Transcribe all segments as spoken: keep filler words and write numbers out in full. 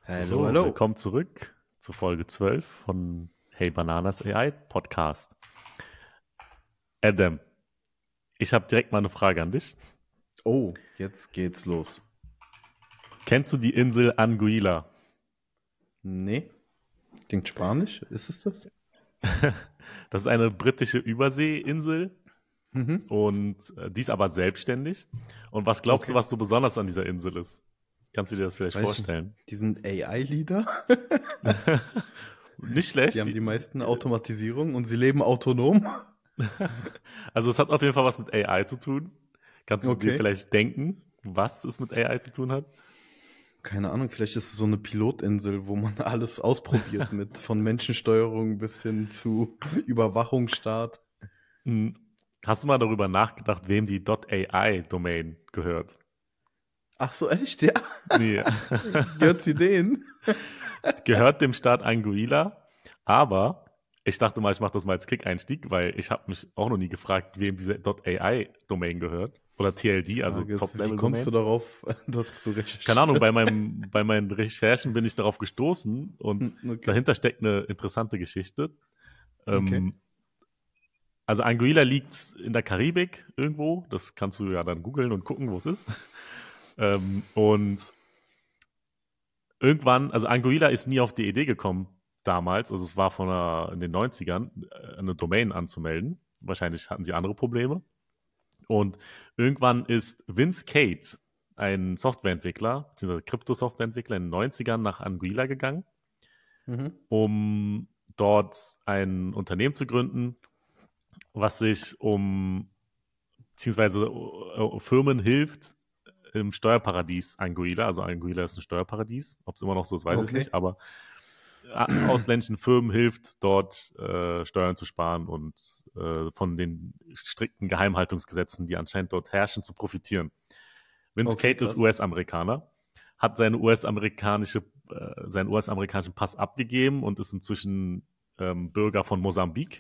Hallo, So, hallo. willkommen zurück zu Folge zwölf von Hey Bananas A I Podcast. Adam, ich habe direkt mal eine Frage an dich. Oh, jetzt geht's los. Kennst du die Insel Anguilla? Nee, klingt spanisch, ist es das? Das ist eine britische Überseeinsel Mhm. und äh, die ist aber selbstständig. Und was glaubst du, Okay. was so besonders an dieser Insel ist? Kannst du dir das vielleicht Weiß ich nicht. vorstellen? Die sind A I-Leader, Nicht die schlecht. haben die Die, meisten Automatisierung und sie leben autonom. also es hat auf jeden Fall was mit A I zu tun. Kannst du dir Okay. vielleicht denken, was es mit A I zu tun hat? Keine Ahnung, vielleicht ist es so eine Pilotinsel, wo man alles ausprobiert mit von Menschensteuerung bis hin zu Überwachungsstaat. Hm, Hast du mal darüber nachgedacht, wem die .ai-Domain gehört? Ach so, echt? Ja? Nee. Gehört sie denen? Gehört dem Staat Anguilla, aber ich dachte mal, ich mache das mal als Kick-Einstieg, weil ich habe mich auch noch nie gefragt, wem diese .ai-Domain gehört. Oder T L D, Die also Frage ist, wie kommst du Top-Level-Domain. darauf, das zu Keine Ahnung, bei, recherchieren? meinem, bei meinen Recherchen bin ich darauf gestoßen und Hm, Okay. dahinter steckt eine interessante Geschichte. Okay. Ähm, Also Anguilla liegt in der Karibik irgendwo. Das kannst du ja dann googeln und gucken, wo es ist. ähm, und irgendwann, also Anguilla ist nie auf die Idee gekommen damals, also es war von einer, in den neunzigern, äh, eine Domain anzumelden. Wahrscheinlich hatten sie andere Probleme. Und irgendwann ist Vince Cate, ein Softwareentwickler, beziehungsweise Krypto-Softwareentwickler in den neunzigern nach Anguilla gegangen, Mhm. um dort ein Unternehmen zu gründen, was sich um beziehungsweise äh, Firmen hilft im Steuerparadies Anguilla. Also Anguilla ist ein Steuerparadies. Ob es immer noch so ist, weiß ich Okay. nicht. Aber äh, ausländischen Firmen hilft, dort äh, Steuern zu sparen und äh, von den strikten Geheimhaltungsgesetzen, die anscheinend dort herrschen, zu profitieren. Vince Okay, Cate ist krass. U S-Amerikaner, hat seine US-amerikanische, äh, seinen U S-amerikanischen Pass abgegeben und ist inzwischen ähm, Bürger von Mosambik.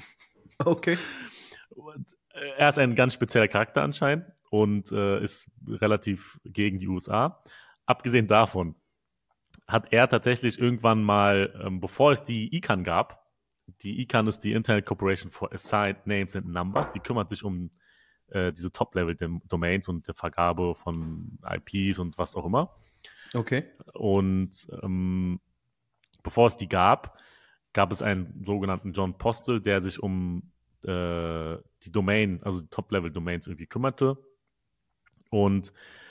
Okay. Und, äh, er ist ein ganz spezieller Charakter anscheinend und äh, ist relativ gegen die U S A. Abgesehen davon hat er tatsächlich irgendwann mal, ähm, bevor es die I C A N gab, die I C A N ist die Internet Corporation for Assigned Names and Numbers, die kümmert sich um äh, diese Top-Level-Domains und der Vergabe von I Ps und was auch immer. Okay. Und ähm, bevor es die gab, gab es einen sogenannten John Postel, der sich um äh, die Domain, also die Top-Level-Domains irgendwie kümmerte. Und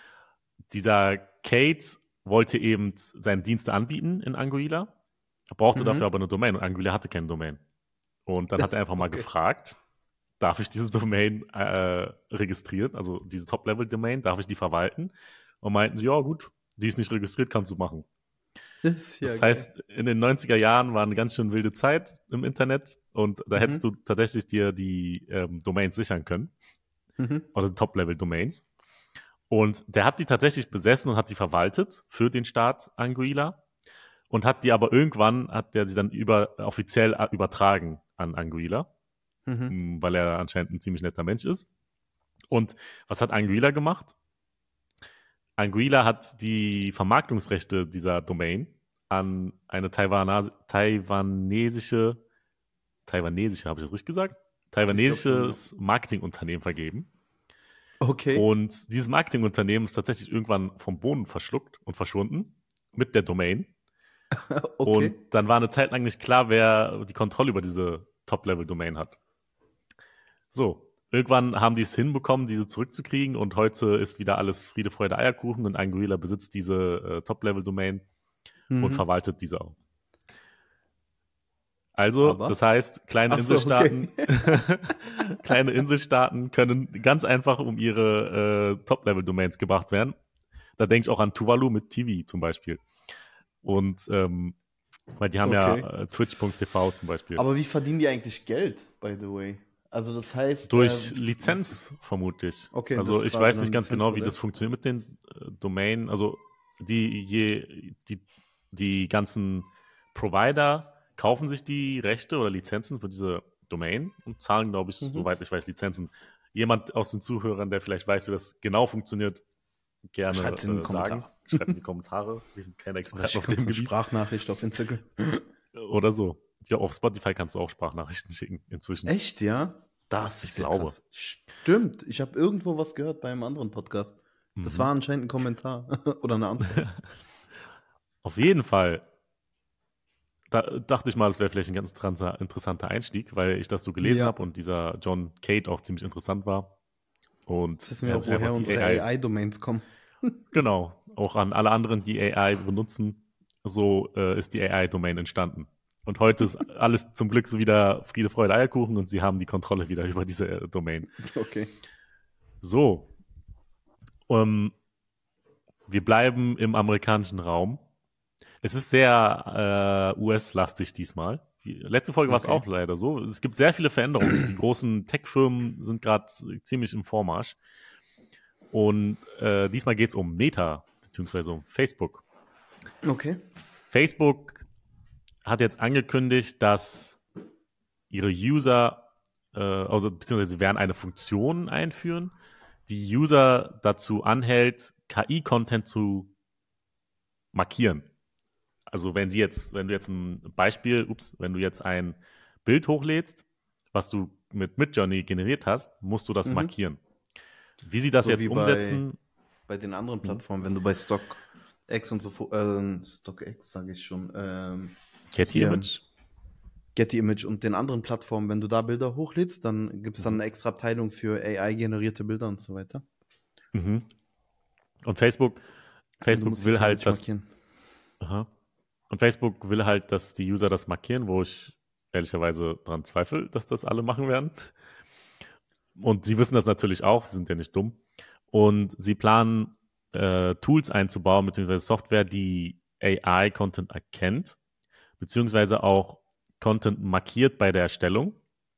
dieser Kate wollte eben seine Dienste anbieten in Anguilla, brauchte dafür Mhm. aber eine Domain und Anguilla hatte keine Domain. Und dann hat er einfach mal Okay. gefragt, darf ich diese Domain äh, registrieren, also diese Top-Level-Domain, darf ich die verwalten? Und meinten sie, ja gut, die ist nicht registriert, kannst du machen. Das ist ja Das geil. heißt, in den neunziger Jahren war eine ganz schön wilde Zeit im Internet und da hättest Mhm. du tatsächlich dir die ähm, Domains sichern können, Mhm. oder Top-Level-Domains. Und der hat die tatsächlich besessen und hat sie verwaltet für den Staat Anguilla und hat die aber irgendwann, hat der sie dann über, offiziell äh, übertragen an Anguilla, Mhm. mh, weil er anscheinend ein ziemlich netter Mensch ist. Und was hat Anguilla gemacht? Anguilla hat die Vermarktungsrechte dieser Domain an eine Taiwana taiwanesische, taiwanesische, habe ich das richtig gesagt? Ich glaube schon, ja. Taiwanesisches Marketingunternehmen vergeben. Okay. Und dieses Marketingunternehmen ist tatsächlich irgendwann vom Boden verschluckt und verschwunden mit der Domain. Okay. Und dann war eine Zeit lang nicht klar, wer die Kontrolle über diese Top-Level-Domain hat. So, irgendwann haben die es hinbekommen, diese zurückzukriegen und heute ist wieder alles Friede, Freude, Eierkuchen und Anguilla besitzt diese äh, Top-Level-Domain und Mhm. verwaltet diese auch. Also, das Aber? heißt, kleine Ach so, okay. Inselstaaten, kleine Inselstaaten können ganz einfach um ihre äh, Top-Level-Domains gebracht werden. Da denke ich auch an Tuvalu mit T V zum Beispiel. Und ähm, weil die haben ja Okay. äh, twitch Punkt t v zum Beispiel. Aber wie verdienen die eigentlich Geld, by the way? Also das heißt, äh, Durch Lizenz vermute ich. okay, das Also ist ich quasi weiß nicht ein ganz genau, wie Lizenzmodell. das funktioniert mit den äh, Domain. Also die, je, die, die ganzen Provider kaufen sich die Rechte oder Lizenzen für diese Domain und zahlen, glaube ich, Mhm. soweit ich weiß, Lizenzen. Jemand aus den Zuhörern, der vielleicht weiß, wie das genau funktioniert, gerne Schreibt's in die äh, sagen. Kommentare. Schreibt in die Kommentare. Wir sind keine Oder Experten schick auf uns dem eine Gebiet. Sprachnachricht auf Instagram. Oder so. Ja, auf Spotify kannst du auch Sprachnachrichten schicken inzwischen. Echt, ja? Das Ich ist ja glaube. krass. Stimmt. Ich habe irgendwo was gehört bei einem anderen Podcast. Das Mhm. war anscheinend ein Kommentar oder eine Antwort. Auf jeden Fall. Da dachte ich mal, es wäre vielleicht ein ganz interessanter, interessanter Einstieg, weil ich das so gelesen Ja. habe und dieser John Cade auch ziemlich interessant war. Und Jetzt wissen wir er auch, sich einfach woher die unsere A I, A I-Domains kommen. genau, auch an alle anderen, die A I benutzen, so äh, ist die A I-Domain entstanden. Und heute ist alles zum Glück so wieder Friede, Freude, Eierkuchen und sie haben die Kontrolle wieder über diese äh, Domain. Okay. So, ähm, wir bleiben im amerikanischen Raum. Es ist sehr äh, U S-lastig diesmal. Die letzte Folge war es Okay. auch leider so. Es gibt sehr viele Veränderungen. Die großen Tech-Firmen sind gerade ziemlich im Vormarsch. Und äh, diesmal geht es um Meta, beziehungsweise um Facebook. Okay. Facebook hat jetzt angekündigt, dass ihre User, äh, also beziehungsweise sie werden eine Funktion einführen, die User dazu anhält, K I-Content zu markieren. Also wenn sie jetzt, wenn du jetzt ein Beispiel, ups, wenn du jetzt ein Bild hochlädst, was du mit Midjourney generiert hast, musst du das Mhm. markieren. Wie sie das So jetzt wie bei- umsetzen, Bei den anderen Mhm. Plattformen, wenn du bei StockX und so, fo- ähm, StockX sage ich schon, ähm, Getty Hier. Image, Getty Image und den anderen Plattformen, wenn du da Bilder hochlädst, dann gibt es dann Mhm. eine extra Abteilung für A I-generierte Bilder und so weiter. mhm. Und Facebook, Und du Facebook musst die will halt, theoretisch dass, markieren. aha. Und Facebook will halt, dass die User das markieren, wo ich ehrlicherweise dran zweifle, dass das alle machen werden. Und sie wissen das natürlich auch, sie sind ja nicht dumm. Und sie planen, äh, Tools einzubauen, beziehungsweise Software, die A I-Content erkennt, beziehungsweise auch Content markiert bei der Erstellung.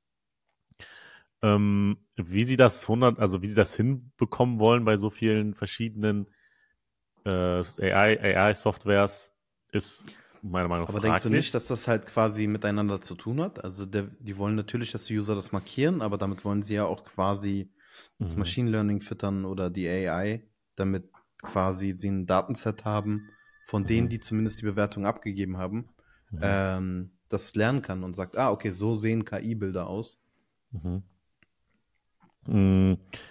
Ähm, wie sie das hundert, also wie sie das hinbekommen wollen bei so vielen verschiedenen äh, A I, A I-Softwares, ist meiner Meinung nach Aber fraglich. denkst du nicht, dass das halt quasi miteinander zu tun hat? Also der, die wollen natürlich, dass die User das markieren, aber damit wollen sie ja auch quasi das Mhm. Machine Learning füttern oder die A I, damit quasi sie ein Datenset haben, von denen, Mhm. die zumindest die Bewertung abgegeben haben, Mhm. ähm, das lernen kann und sagt, ah, okay, so sehen K I-Bilder aus. Mhm. Mm,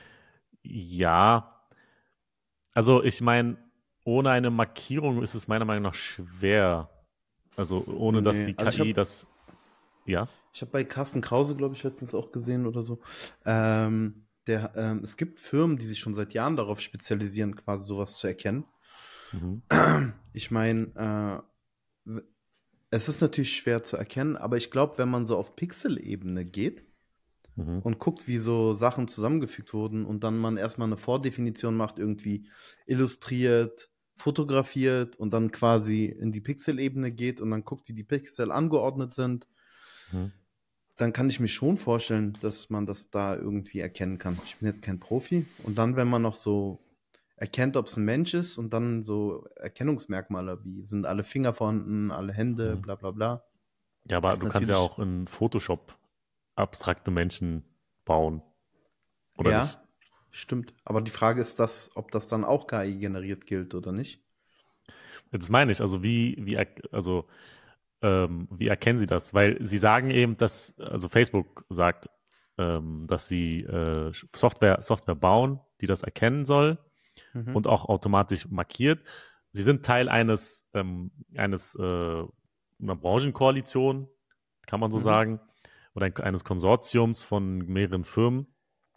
ja, also ich meine, ohne eine Markierung ist es meiner Meinung nach schwer. Also ohne dass Nee, die also ich K I hab- das, ja. Ich habe bei Carsten Krause, glaube ich, letztens auch gesehen oder so. Ähm, der, ähm, es gibt Firmen, die sich schon seit Jahren darauf spezialisieren, quasi sowas zu erkennen. Mhm. Ich meine, äh, w- es ist natürlich schwer zu erkennen, aber ich glaube, wenn man so auf Pixel-Ebene geht Mhm. und guckt, wie so Sachen zusammengefügt wurden und dann man erstmal eine Vordefinition macht, irgendwie illustriert, fotografiert und dann quasi in die Pixel-Ebene geht und dann guckt, wie die Pixel angeordnet sind, Mhm. dann kann ich mir schon vorstellen, dass man das da irgendwie erkennen kann. Ich bin jetzt kein Profi. Und dann, wenn man noch so erkennt, ob es ein Mensch ist und dann so Erkennungsmerkmale wie sind alle Finger vorhanden, alle Hände, Mhm. bla bla bla. Ja, aber Ist du kannst ja natürlich- auch in Photoshop abstrakte Menschen bauen. Oder ja, nicht? stimmt. Aber die Frage ist, das, ob das dann auch K I generiert gilt oder nicht. Das meine ich. Also wie, wie, er- also, ähm, wie erkennen sie das? Weil sie sagen eben, dass, also Facebook sagt, ähm, dass sie äh, Software, Software bauen, die das erkennen soll Mhm. und auch automatisch markiert. Sie sind Teil eines, ähm, eines äh, einer Branchenkoalition, kann man so Mhm. sagen, oder ein, eines Konsortiums von mehreren Firmen,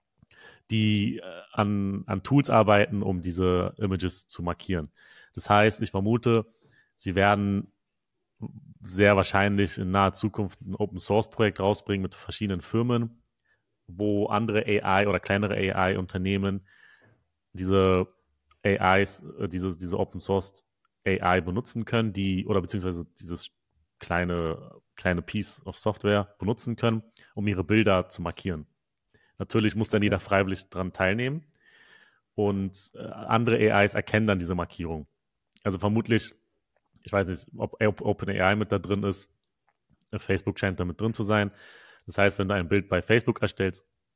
die äh, an, an Tools arbeiten, um diese Images zu markieren. Das heißt, ich vermute, sie werden sehr wahrscheinlich in naher Zukunft ein Open-Source-Projekt rausbringen mit verschiedenen Firmen, wo andere A I oder kleinere A I-Unternehmen diese A Is, äh, diese, diese Open-Source A I benutzen können, die, oder beziehungsweise dieses kleine, kleine Piece of Software benutzen können, um ihre Bilder zu markieren. Natürlich muss dann Okay. jeder freiwillig daran teilnehmen und äh, andere A Is erkennen dann diese Markierung. Also vermutlich, ich weiß nicht, ob OpenAI mit da drin ist, Facebook scheint da mit drin zu sein. Das heißt, wenn du ein Bild bei Facebook erstellst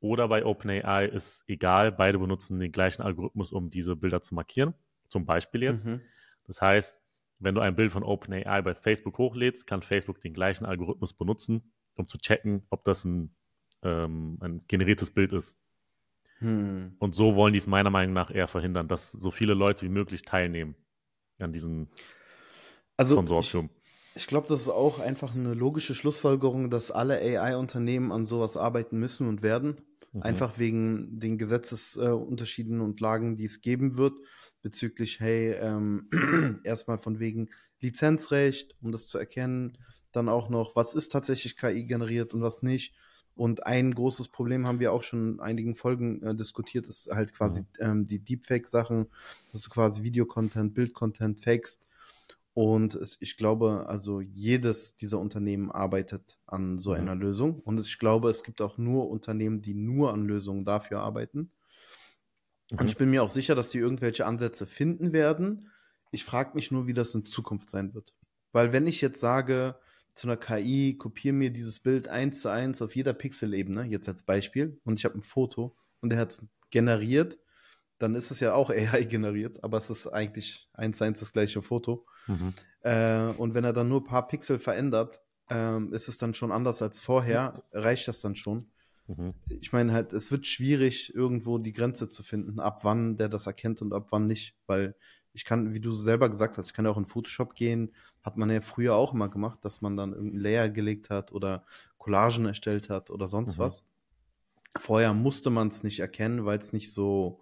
oder bei OpenAI ist egal, beide benutzen den gleichen Algorithmus, um diese Bilder zu markieren. Zum Beispiel jetzt. Mhm. Das heißt, wenn du ein Bild von OpenAI bei Facebook hochlädst, kann Facebook den gleichen Algorithmus benutzen, um zu checken, ob das ein, ähm, ein generiertes Bild ist. Hm. Und so wollen die es meiner Meinung nach eher verhindern, dass so viele Leute wie möglich teilnehmen an diesem Also Konsortium. ich, ich glaube, das ist auch einfach eine logische Schlussfolgerung, dass alle A I-Unternehmen an sowas arbeiten müssen und werden. Mhm. Einfach wegen den Gesetzesunterschieden und Lagen, die es geben wird, bezüglich, hey, ähm, erstmal von wegen Lizenzrecht, um das zu erkennen, dann auch noch, was ist tatsächlich K I generiert und was nicht. Und ein großes Problem haben wir auch schon in einigen Folgen äh, diskutiert, ist halt quasi Mhm. ähm, die Deepfake-Sachen, dass du quasi Videocontent, Bildcontent fakest. Und es, ich glaube, also jedes dieser Unternehmen arbeitet an so Mhm. einer Lösung. Und ich glaube, es gibt auch nur Unternehmen, die nur an Lösungen dafür arbeiten. Und Mhm. ich bin mir auch sicher, dass die irgendwelche Ansätze finden werden. Ich frage mich nur, wie das in Zukunft sein wird. Weil wenn ich jetzt sage zu einer K I, kopiere mir dieses Bild eins zu eins auf jeder Pixelebene, jetzt als Beispiel, und ich habe ein Foto und der hat es generiert, dann ist es ja auch A I generiert, aber es ist eigentlich eins zu eins das gleiche Foto. Mhm. Äh, und wenn er dann nur ein paar Pixel verändert, ähm, ist es dann schon anders als vorher, reicht das dann schon. Mhm. Ich meine halt, es wird schwierig, irgendwo die Grenze zu finden, ab wann der das erkennt und ab wann nicht, weil ich kann, wie du selber gesagt hast, ich kann ja auch in Photoshop gehen, hat man ja früher auch immer gemacht, dass man dann irgendeinen Layer gelegt hat oder Collagen erstellt hat oder sonst Mhm. was. Vorher musste man es nicht erkennen, weil es nicht so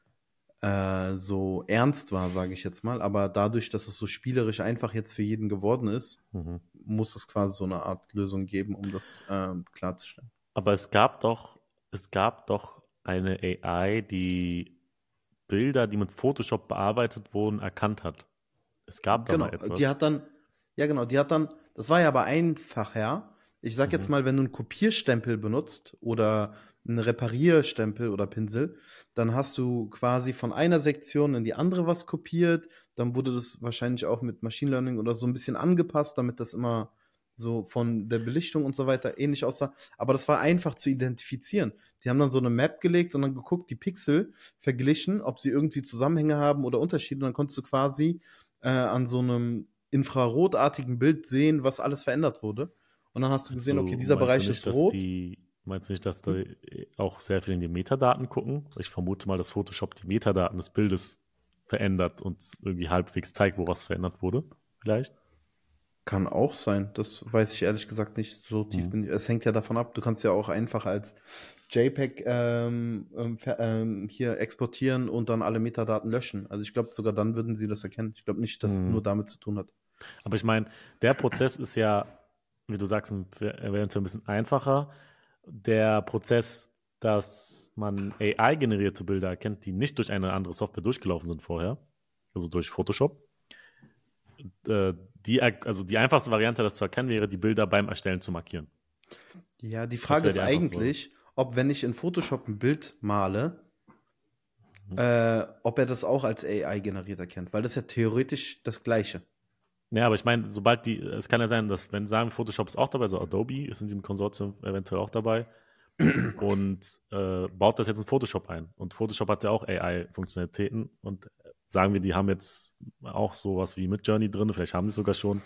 äh, so ernst war, sage ich jetzt mal. Aber dadurch, dass es so spielerisch einfach jetzt für jeden geworden ist, Mhm. muss es quasi so eine Art Lösung geben, um das ähm, klarzustellen. Aber es gab doch, es gab doch eine A I, die Bilder, die mit Photoshop bearbeitet wurden, erkannt hat. Es gab da mal Genau, die etwas. hat dann, ja genau, die hat dann, das war ja aber einfacher. Ich sag jetzt Mhm. mal, wenn du einen Kopierstempel benutzt oder einen Reparierstempel oder Pinsel, dann hast du quasi von einer Sektion in die andere was kopiert. Dann wurde das wahrscheinlich auch mit Machine Learning oder so ein bisschen angepasst, damit das immer so von der Belichtung und so weiter ähnlich aussah. Aber das war einfach zu identifizieren. Die haben dann so eine Map gelegt und dann geguckt, die Pixel verglichen, ob sie irgendwie Zusammenhänge haben oder Unterschiede. Und dann konntest du quasi äh, an so einem infrarotartigen Bild sehen, was alles verändert wurde. Und dann hast du Meinst gesehen, okay, du, dieser meinst du Bereich nicht, ist dass rot. sie, meinst du nicht, dass da Hm? auch sehr viel in die Metadaten gucken? Ich vermute mal, dass Photoshop die Metadaten des Bildes verändert und irgendwie halbwegs zeigt, wo was verändert wurde. Vielleicht? Kann auch sein. Das weiß ich ehrlich gesagt nicht. So tief Mhm. bin ich. Es hängt ja davon ab. Du kannst ja auch einfach als JPEG ähm, ähm, ver- ähm, hier exportieren und dann alle Metadaten löschen. Also ich glaube, sogar dann würden sie das erkennen. Ich glaube nicht, dass es nur Mhm. damit zu tun hat. Aber ich meine, der Prozess ist ja, wie du sagst, eventuell ein bisschen einfacher. Der Prozess, dass man A I-generierte Bilder erkennt, die nicht durch eine andere Software durchgelaufen sind vorher, also durch Photoshop. Äh, die, also die einfachste Variante, das zu erkennen, wäre, die Bilder beim Erstellen zu markieren. Ja, die Das Frage wäre ist die einfachste Variante. eigentlich, ob wenn ich in Photoshop ein Bild male, Mhm. äh, ob er das auch als A I generiert erkennt, weil das ist ja theoretisch das Gleiche. Ja, aber ich meine, sobald die, es kann ja sein, dass, wenn sagen, Photoshop ist auch dabei, so Adobe ist in diesem Konsortium eventuell auch dabei und äh, baut das jetzt in Photoshop ein. Und Photoshop hat ja auch A I-Funktionalitäten und sagen wir, die haben jetzt auch sowas wie Midjourney drin, vielleicht haben die es sogar schon.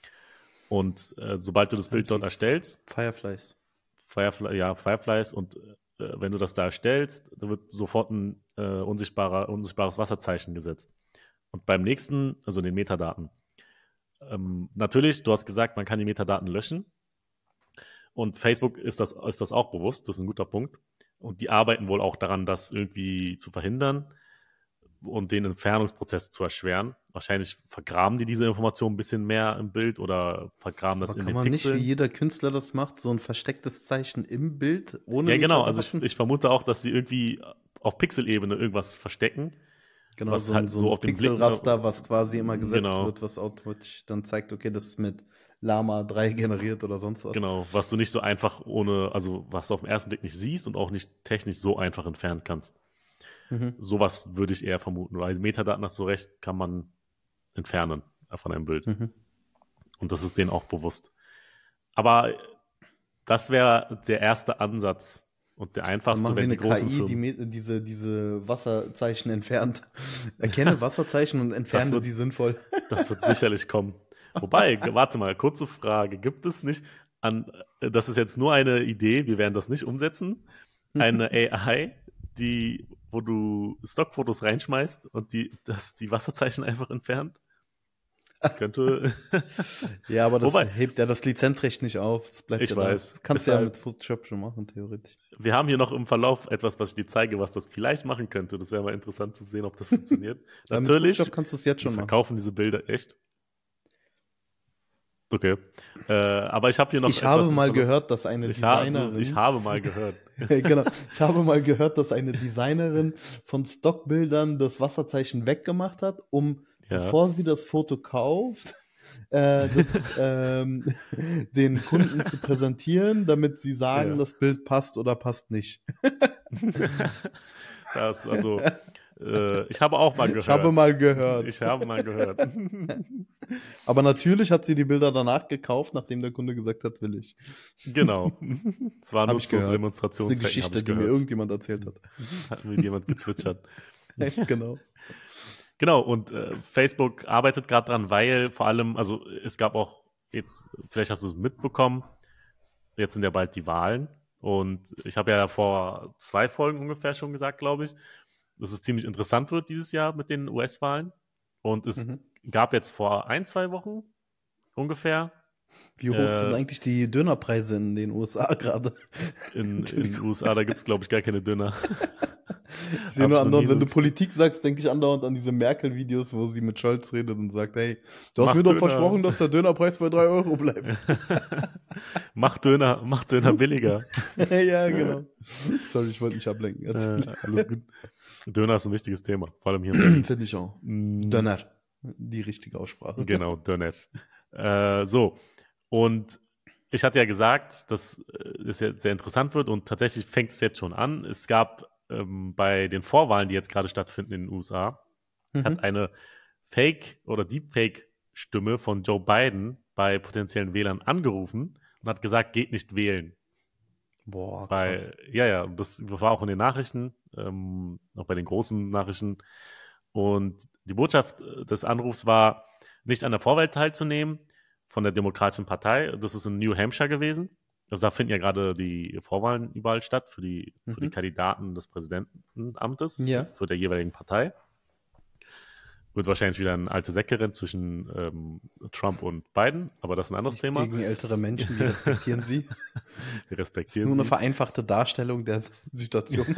Und äh, sobald du das Haben Bild dort sie erstellst, Fireflies. Firefly, ja, Fireflies und äh, wenn du das da erstellst, da wird sofort ein äh, unsichtbarer, unsichtbares Wasserzeichen gesetzt. Und beim nächsten, also in den Metadaten, ähm, natürlich, du hast gesagt, man kann die Metadaten löschen. Und Facebook ist das, ist das auch bewusst, das ist ein guter Punkt. Und die arbeiten wohl auch daran, das irgendwie zu verhindern und den Entfernungsprozess zu erschweren. Wahrscheinlich vergraben die diese Information ein bisschen mehr im Bild oder vergraben Aber das in kann den man nicht, wie Pixeln. jeder Künstler das macht, so ein verstecktes Zeichen im Bild ohne Ja, genau. Also ich, Metadaten? ich vermute auch, dass sie irgendwie auf Pixelebene irgendwas verstecken, Genau, was so ein, halt so so ein auf den Blick. Pixelraster, was quasi immer Äh, gesetzt genau, wird, was automatisch dann zeigt, okay, das ist mit Llama drei generiert oder sonst was. genau. Was du nicht so einfach ohne, also was du auf den ersten Blick nicht siehst und auch nicht technisch so einfach entfernen kannst. Mhm. Sowas würde ich eher vermuten, weil Metadaten, hast du recht, kann man entfernen von einem Bild. Mhm. Und das ist denen auch bewusst. Aber das wäre der erste Ansatz, Und der Dann einfachste, machen wir wenn die eine großen K I, die Firmen. me- diese, diese Wasserzeichen entfernt. Erkenne Wasserzeichen und entferne wird- sie sinnvoll. Das wird sicherlich kommen. Wobei, ge- warte mal, kurze Frage. Gibt es nicht, an, äh, das ist jetzt nur eine Idee, wir werden das nicht umsetzen, eine A I, die, wo du Stockfotos reinschmeißt und die, das, die Wasserzeichen einfach entfernt? Könnte. Ja, aber das Wobei, hebt ja das Lizenzrecht nicht auf. Das bleibt ich ja da. weiß. Das kannst du ja Deshalb, mit Photoshop schon machen, theoretisch. wir haben hier noch im Verlauf etwas, was ich dir zeige, was das vielleicht machen könnte. Das wäre mal interessant zu sehen, ob das funktioniert. Ja, mit Natürlich, Photoshop kannst du es jetzt wir schon machen. verkaufen diese Bilder echt. Okay. Äh, aber ich habe hier noch Ich etwas habe im mal Verlauf- gehört, dass eine Ich, ha Designerin. ich habe mal gehört. genau. Ich habe mal gehört, dass eine Designerin von Stockbildern das Wasserzeichen weggemacht hat, um, Ja. bevor sie das Foto kauft, äh, das, ähm, den Kunden zu präsentieren, damit sie sagen, Ja. das Bild passt oder passt nicht. Das, also, äh, ich habe auch mal gehört. Ich habe mal gehört. Ich habe mal gehört. Aber natürlich hat sie die Bilder danach gekauft, nachdem der Kunde gesagt hat, will ich. Genau. Es war Habe nur ich zur gehört. Das ist eine Demonstrationszwecken, habe Geschichte, ich die mir gehört. irgendjemand erzählt hat. Hat mir jemand gezwitschert. genau. Genau, und äh, Facebook arbeitet gerade dran, weil vor allem, also es gab auch jetzt, vielleicht hast du es mitbekommen, jetzt sind ja bald die Wahlen und ich habe ja vor zwei Folgen ungefähr schon gesagt, glaube ich, dass es ziemlich interessant wird dieses Jahr mit den U S-Wahlen und es Mhm. gab jetzt vor ein, zwei Wochen ungefähr Wie hoch Äh, sind eigentlich die Dönerpreise in den U S A gerade? in in den U S A, da gibt es, glaube ich, gar keine Döner. Ich sehe Hab nur ich noch andauernd, nie wenn so du Politik sagst, denke ich andauernd an diese Merkel-Videos, wo sie mit Scholz redet und sagt, hey, du hast Mach mir doch Döner. versprochen, dass der Dönerpreis bei drei Euro bleibt. Mach Döner, mach Döner billiger. ja, genau. Sorry, ich wollte nicht ablenken. Äh, alles gut. Döner ist ein wichtiges Thema, vor allem hier in Berlin. Finde ich auch. Mm, Döner. Die richtige Aussprache. Genau, Döner. Äh, so, und ich hatte ja gesagt, dass äh, es jetzt sehr interessant wird und tatsächlich fängt es jetzt schon an. Es gab ähm, bei den Vorwahlen, die jetzt gerade stattfinden in den U S A, hat Mhm. eine Fake- oder Deepfake-Stimme von Joe Biden bei potenziellen Wählern angerufen und hat gesagt, geht nicht wählen. Boah, Bei, krass. ja, ja, das war auch in den Nachrichten, ähm, auch bei den großen Nachrichten. Und die Botschaft äh, des Anrufs war, nicht an der Vorwahl teilzunehmen von der Demokratischen Partei. Das ist in New Hampshire gewesen. Also da finden ja gerade die Vorwahlen überall statt für die, für die Mhm. Kandidaten des Präsidentenamtes, Ja. für der jeweiligen Partei. Wird wahrscheinlich wieder ein alte Säckerin zwischen ähm, Trump und Biden, aber das ist ein anderes Nichts Thema. gegen ältere Menschen, wir respektieren sie. Wir Das ist respektieren nur eine sie. vereinfachte Darstellung der Situation.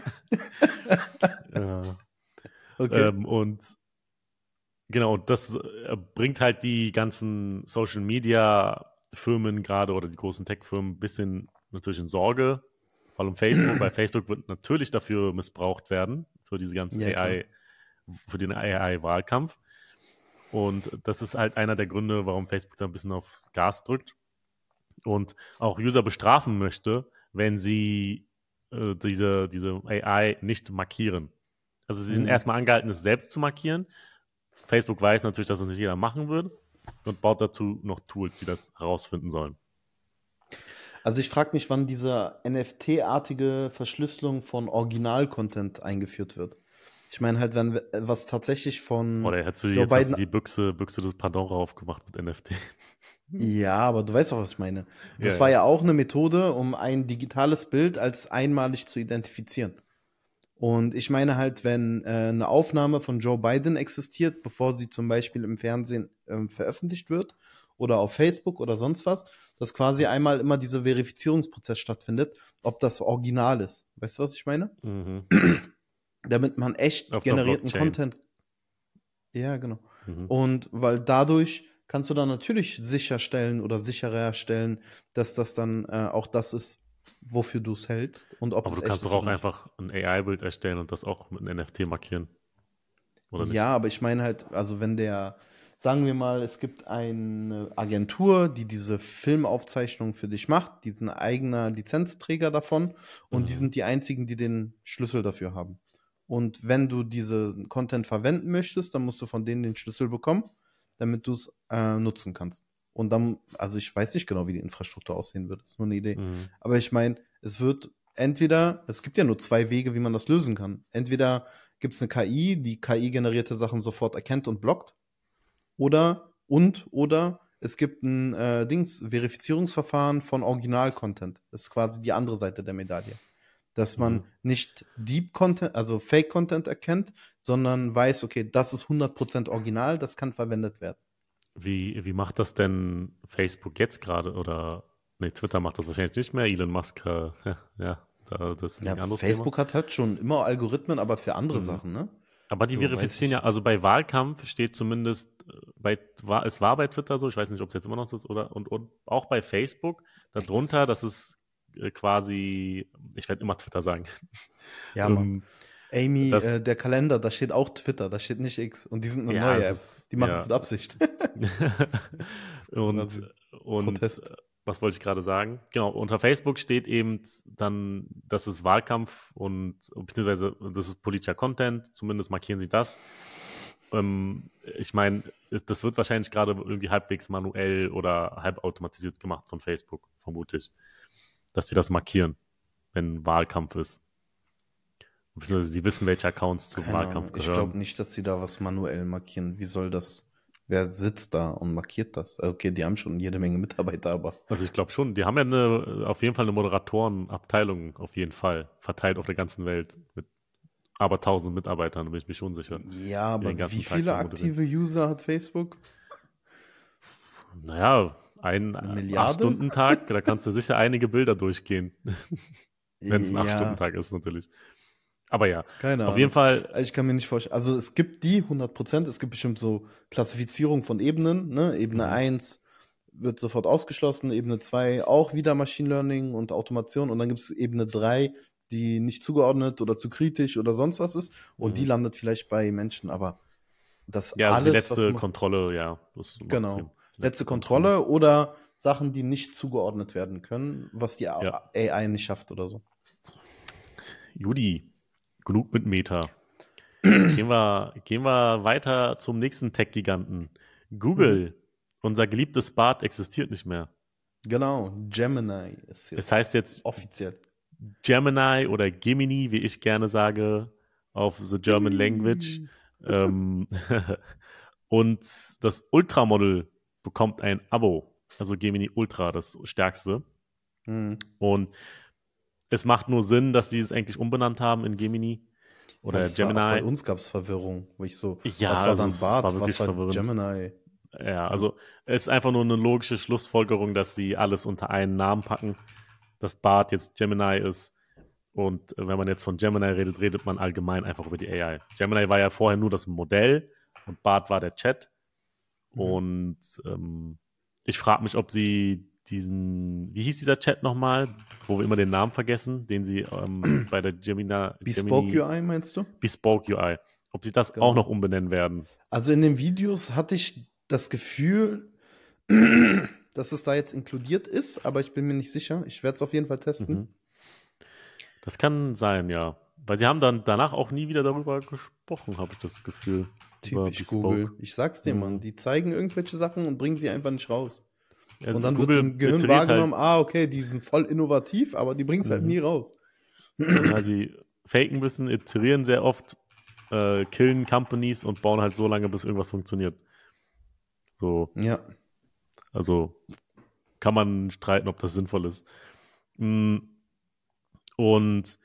Ja. Okay. Ähm, und genau, das äh, bringt halt die ganzen Social Media Firmen gerade oder die großen Tech-Firmen ein bisschen natürlich in Sorge. Vor allem Facebook, weil Facebook wird natürlich dafür missbraucht werden, für diese ganzen Ja, A I, für den A I-Wahlkampf. Und das ist halt einer der Gründe, warum Facebook da ein bisschen aufs Gas drückt und auch User bestrafen möchte, wenn sie äh, diese, diese A I nicht markieren. Also sie sind Mhm. erstmal angehalten, es selbst zu markieren. Facebook weiß natürlich, dass das nicht jeder machen wird und baut dazu noch Tools, die das herausfinden sollen. Also ich frage mich, wann diese N F T-artige Verschlüsselung von Original-Content eingeführt wird. Ich meine halt, wenn wir- was tatsächlich von Oder hättest du Joe jetzt hast Biden. du die Büchse, Büchse des Pandora aufgemacht mit N F T. Ja, aber du weißt doch, was ich meine. Das Ja, war ja. ja auch eine Methode, um ein digitales Bild als einmalig zu identifizieren. Und ich meine halt, wenn äh, eine Aufnahme von Joe Biden existiert, bevor sie zum Beispiel im Fernsehen ähm, veröffentlicht wird oder auf Facebook oder sonst was, dass quasi einmal immer dieser Verifizierungsprozess stattfindet, ob das original ist. Weißt du, was ich meine? Mhm. Damit man echt Auf der generierten Blockchain. Content. Ja, genau. Mhm. Und weil dadurch kannst du dann natürlich sicherstellen oder sicherer stellen, dass das dann äh, auch das ist, wofür du es hältst und ob Aber es du echt kannst ist doch auch oder nicht. einfach ein A I-Bild erstellen und das auch mit einem N F T markieren. Oder nicht? Ja, aber ich meine halt, also wenn der, sagen wir mal, es gibt eine Agentur, die diese Filmaufzeichnung für dich macht, die ist ein eigener Lizenzträger davon und die Mhm. sind die einzigen, die den Schlüssel dafür haben. Und wenn du diesen Content verwenden möchtest, dann musst du von denen den Schlüssel bekommen, damit du es äh, nutzen kannst. Und dann, also ich weiß nicht genau, wie die Infrastruktur aussehen wird, das ist nur eine Idee. Mhm. Aber ich meine, es wird entweder, es gibt ja nur zwei Wege, wie man das lösen kann. Entweder gibt es eine K I, die K I-generierte Sachen sofort erkennt und blockt, oder und oder es gibt ein äh, Dings, Verifizierungsverfahren von Original-Content. Das ist quasi die andere Seite der Medaille. Dass man Mhm. nicht Deep Content, also Fake Content erkennt, sondern weiß, okay, das ist hundert Prozent original, das kann verwendet werden. Wie, wie macht das denn Facebook jetzt gerade? Oder, nee, Twitter macht das wahrscheinlich nicht mehr. Elon Musk, äh, ja, da, das ist Ja, ein anderes Facebook Thema. hat halt schon immer Algorithmen, aber für andere Mhm. Sachen, ne? Aber die So, weiß verifizieren ich. ja, also bei Wahlkampf steht zumindest, äh, bei, war, es war bei Twitter so, ich weiß nicht, ob es jetzt immer noch so ist, oder, und, und auch bei Facebook, darunter, X. das ist äh, quasi, ich werde immer Twitter sagen, Ja, Mann. ähm, Amy, das, äh, der Kalender, da steht auch Twitter, da steht nicht X. Und die sind eine ja, neue es App. ist, Die machen es ja, mit Absicht. und, Quasi und Protest. äh, was wollte ich gerade sagen? Genau, unter Facebook steht eben dann, das ist Wahlkampf und beziehungsweise das ist politischer Content, zumindest markieren sie das. Ähm, ich meine, das wird wahrscheinlich gerade irgendwie halbwegs manuell oder halbautomatisiert gemacht von Facebook, vermute ich, dass sie das markieren, wenn Wahlkampf ist. Beziehungsweise sie wissen, welche Accounts zum Keine Wahlkampf Ahnung. Ich gehören. glaube nicht, dass sie da was manuell markieren. Wie soll das? Wer sitzt da und markiert das? Okay, die haben schon jede Menge Mitarbeiter, aber. Also ich glaube schon, die haben ja eine, auf jeden Fall eine Moderatorenabteilung, auf jeden Fall, verteilt auf der ganzen Welt mit aber tausend Mitarbeitern, da bin ich mir schon sicher, Ja, die den aber wie ganzen Tag viele da moderieren. aktive User hat Facebook? Naja, ein Eine äh, Milliarde? Acht-Stunden-Tag, da kannst du sicher einige Bilder durchgehen, wenn es ein Ja, Acht-Stunden-Tag ist natürlich. Aber ja, keine auf jeden Ahnung. Fall, Also ich kann mir nicht vorstellen. Also es gibt die hundert Prozent, es gibt bestimmt so Klassifizierung von Ebenen. Ne? Ebene mhm, eins wird sofort ausgeschlossen, Ebene zwei auch wieder Machine Learning und Automation und dann gibt es Ebene drei, die nicht zugeordnet oder zu kritisch oder sonst was ist und die mhm. landet vielleicht bei Menschen, aber das Ja, also die alles, was letzte man, Kontrolle, ja, das macht Sinn. genau, letzte Letzte Kontrolle. Kontrolle oder Sachen, die nicht zugeordnet werden können, was die Ja, A I nicht schafft oder so. Judy, genug mit Meta. Gehen wir, gehen wir weiter zum nächsten Tech-Giganten. Mhm. Google, unser geliebtes Bart existiert nicht mehr. Genau, Gemini ist Es heißt jetzt jetzt offiziell. Gemini oder Gemini, wie ich gerne sage, auf the German Language. Gemini. Ähm, und das Ultramodel bekommt ein Abo, also Gemini Ultra, das stärkste. Hm. Und es macht nur Sinn, dass sie es eigentlich umbenannt haben in Gemini Weil oder es war auch bei Gemini. uns gab es Verwirrung, wo ich so, Ja, was war also dann es, es war Bart, wirklich was war verwirrend. Gemini? Ja, Ja. also es ist einfach nur eine logische Schlussfolgerung, dass sie alles unter einen Namen packen, dass Bart jetzt Gemini ist. Und äh, wenn man jetzt von Gemini redet, redet man allgemein einfach über die A I. Gemini war ja vorher nur das Modell und Bart war der Chat. Mhm. Und ähm, ich frage mich, ob sie diesen, wie hieß dieser Chat nochmal, wo wir immer den Namen vergessen, den sie ähm, bei der Gemini, Bespoke Gemini U I meinst du? Bespoke U I, ob sie das auch noch Genau. umbenennen werden. Also in den Videos hatte ich das Gefühl, dass es da jetzt inkludiert ist, aber ich bin mir nicht sicher. Ich werde es auf jeden Fall testen. Mhm. Das kann sein, ja. Weil sie haben dann danach auch nie wieder darüber gesprochen, habe ich das Gefühl. Über Typisch Bespoke. Google. Ich sag's dir, Mann. Mhm. Die zeigen irgendwelche Sachen und bringen sie einfach nicht raus. Und Also dann wird Google im Gehirn iteriert halt, wahrgenommen, ah, okay, die sind voll innovativ, aber die bringen es halt mhm. nie raus. Ja, sie faken ein bisschen, iterieren sehr oft, äh, killen Companies und bauen halt so lange, bis irgendwas funktioniert. So, Ja. also kann man streiten, ob das sinnvoll ist. Mm, Und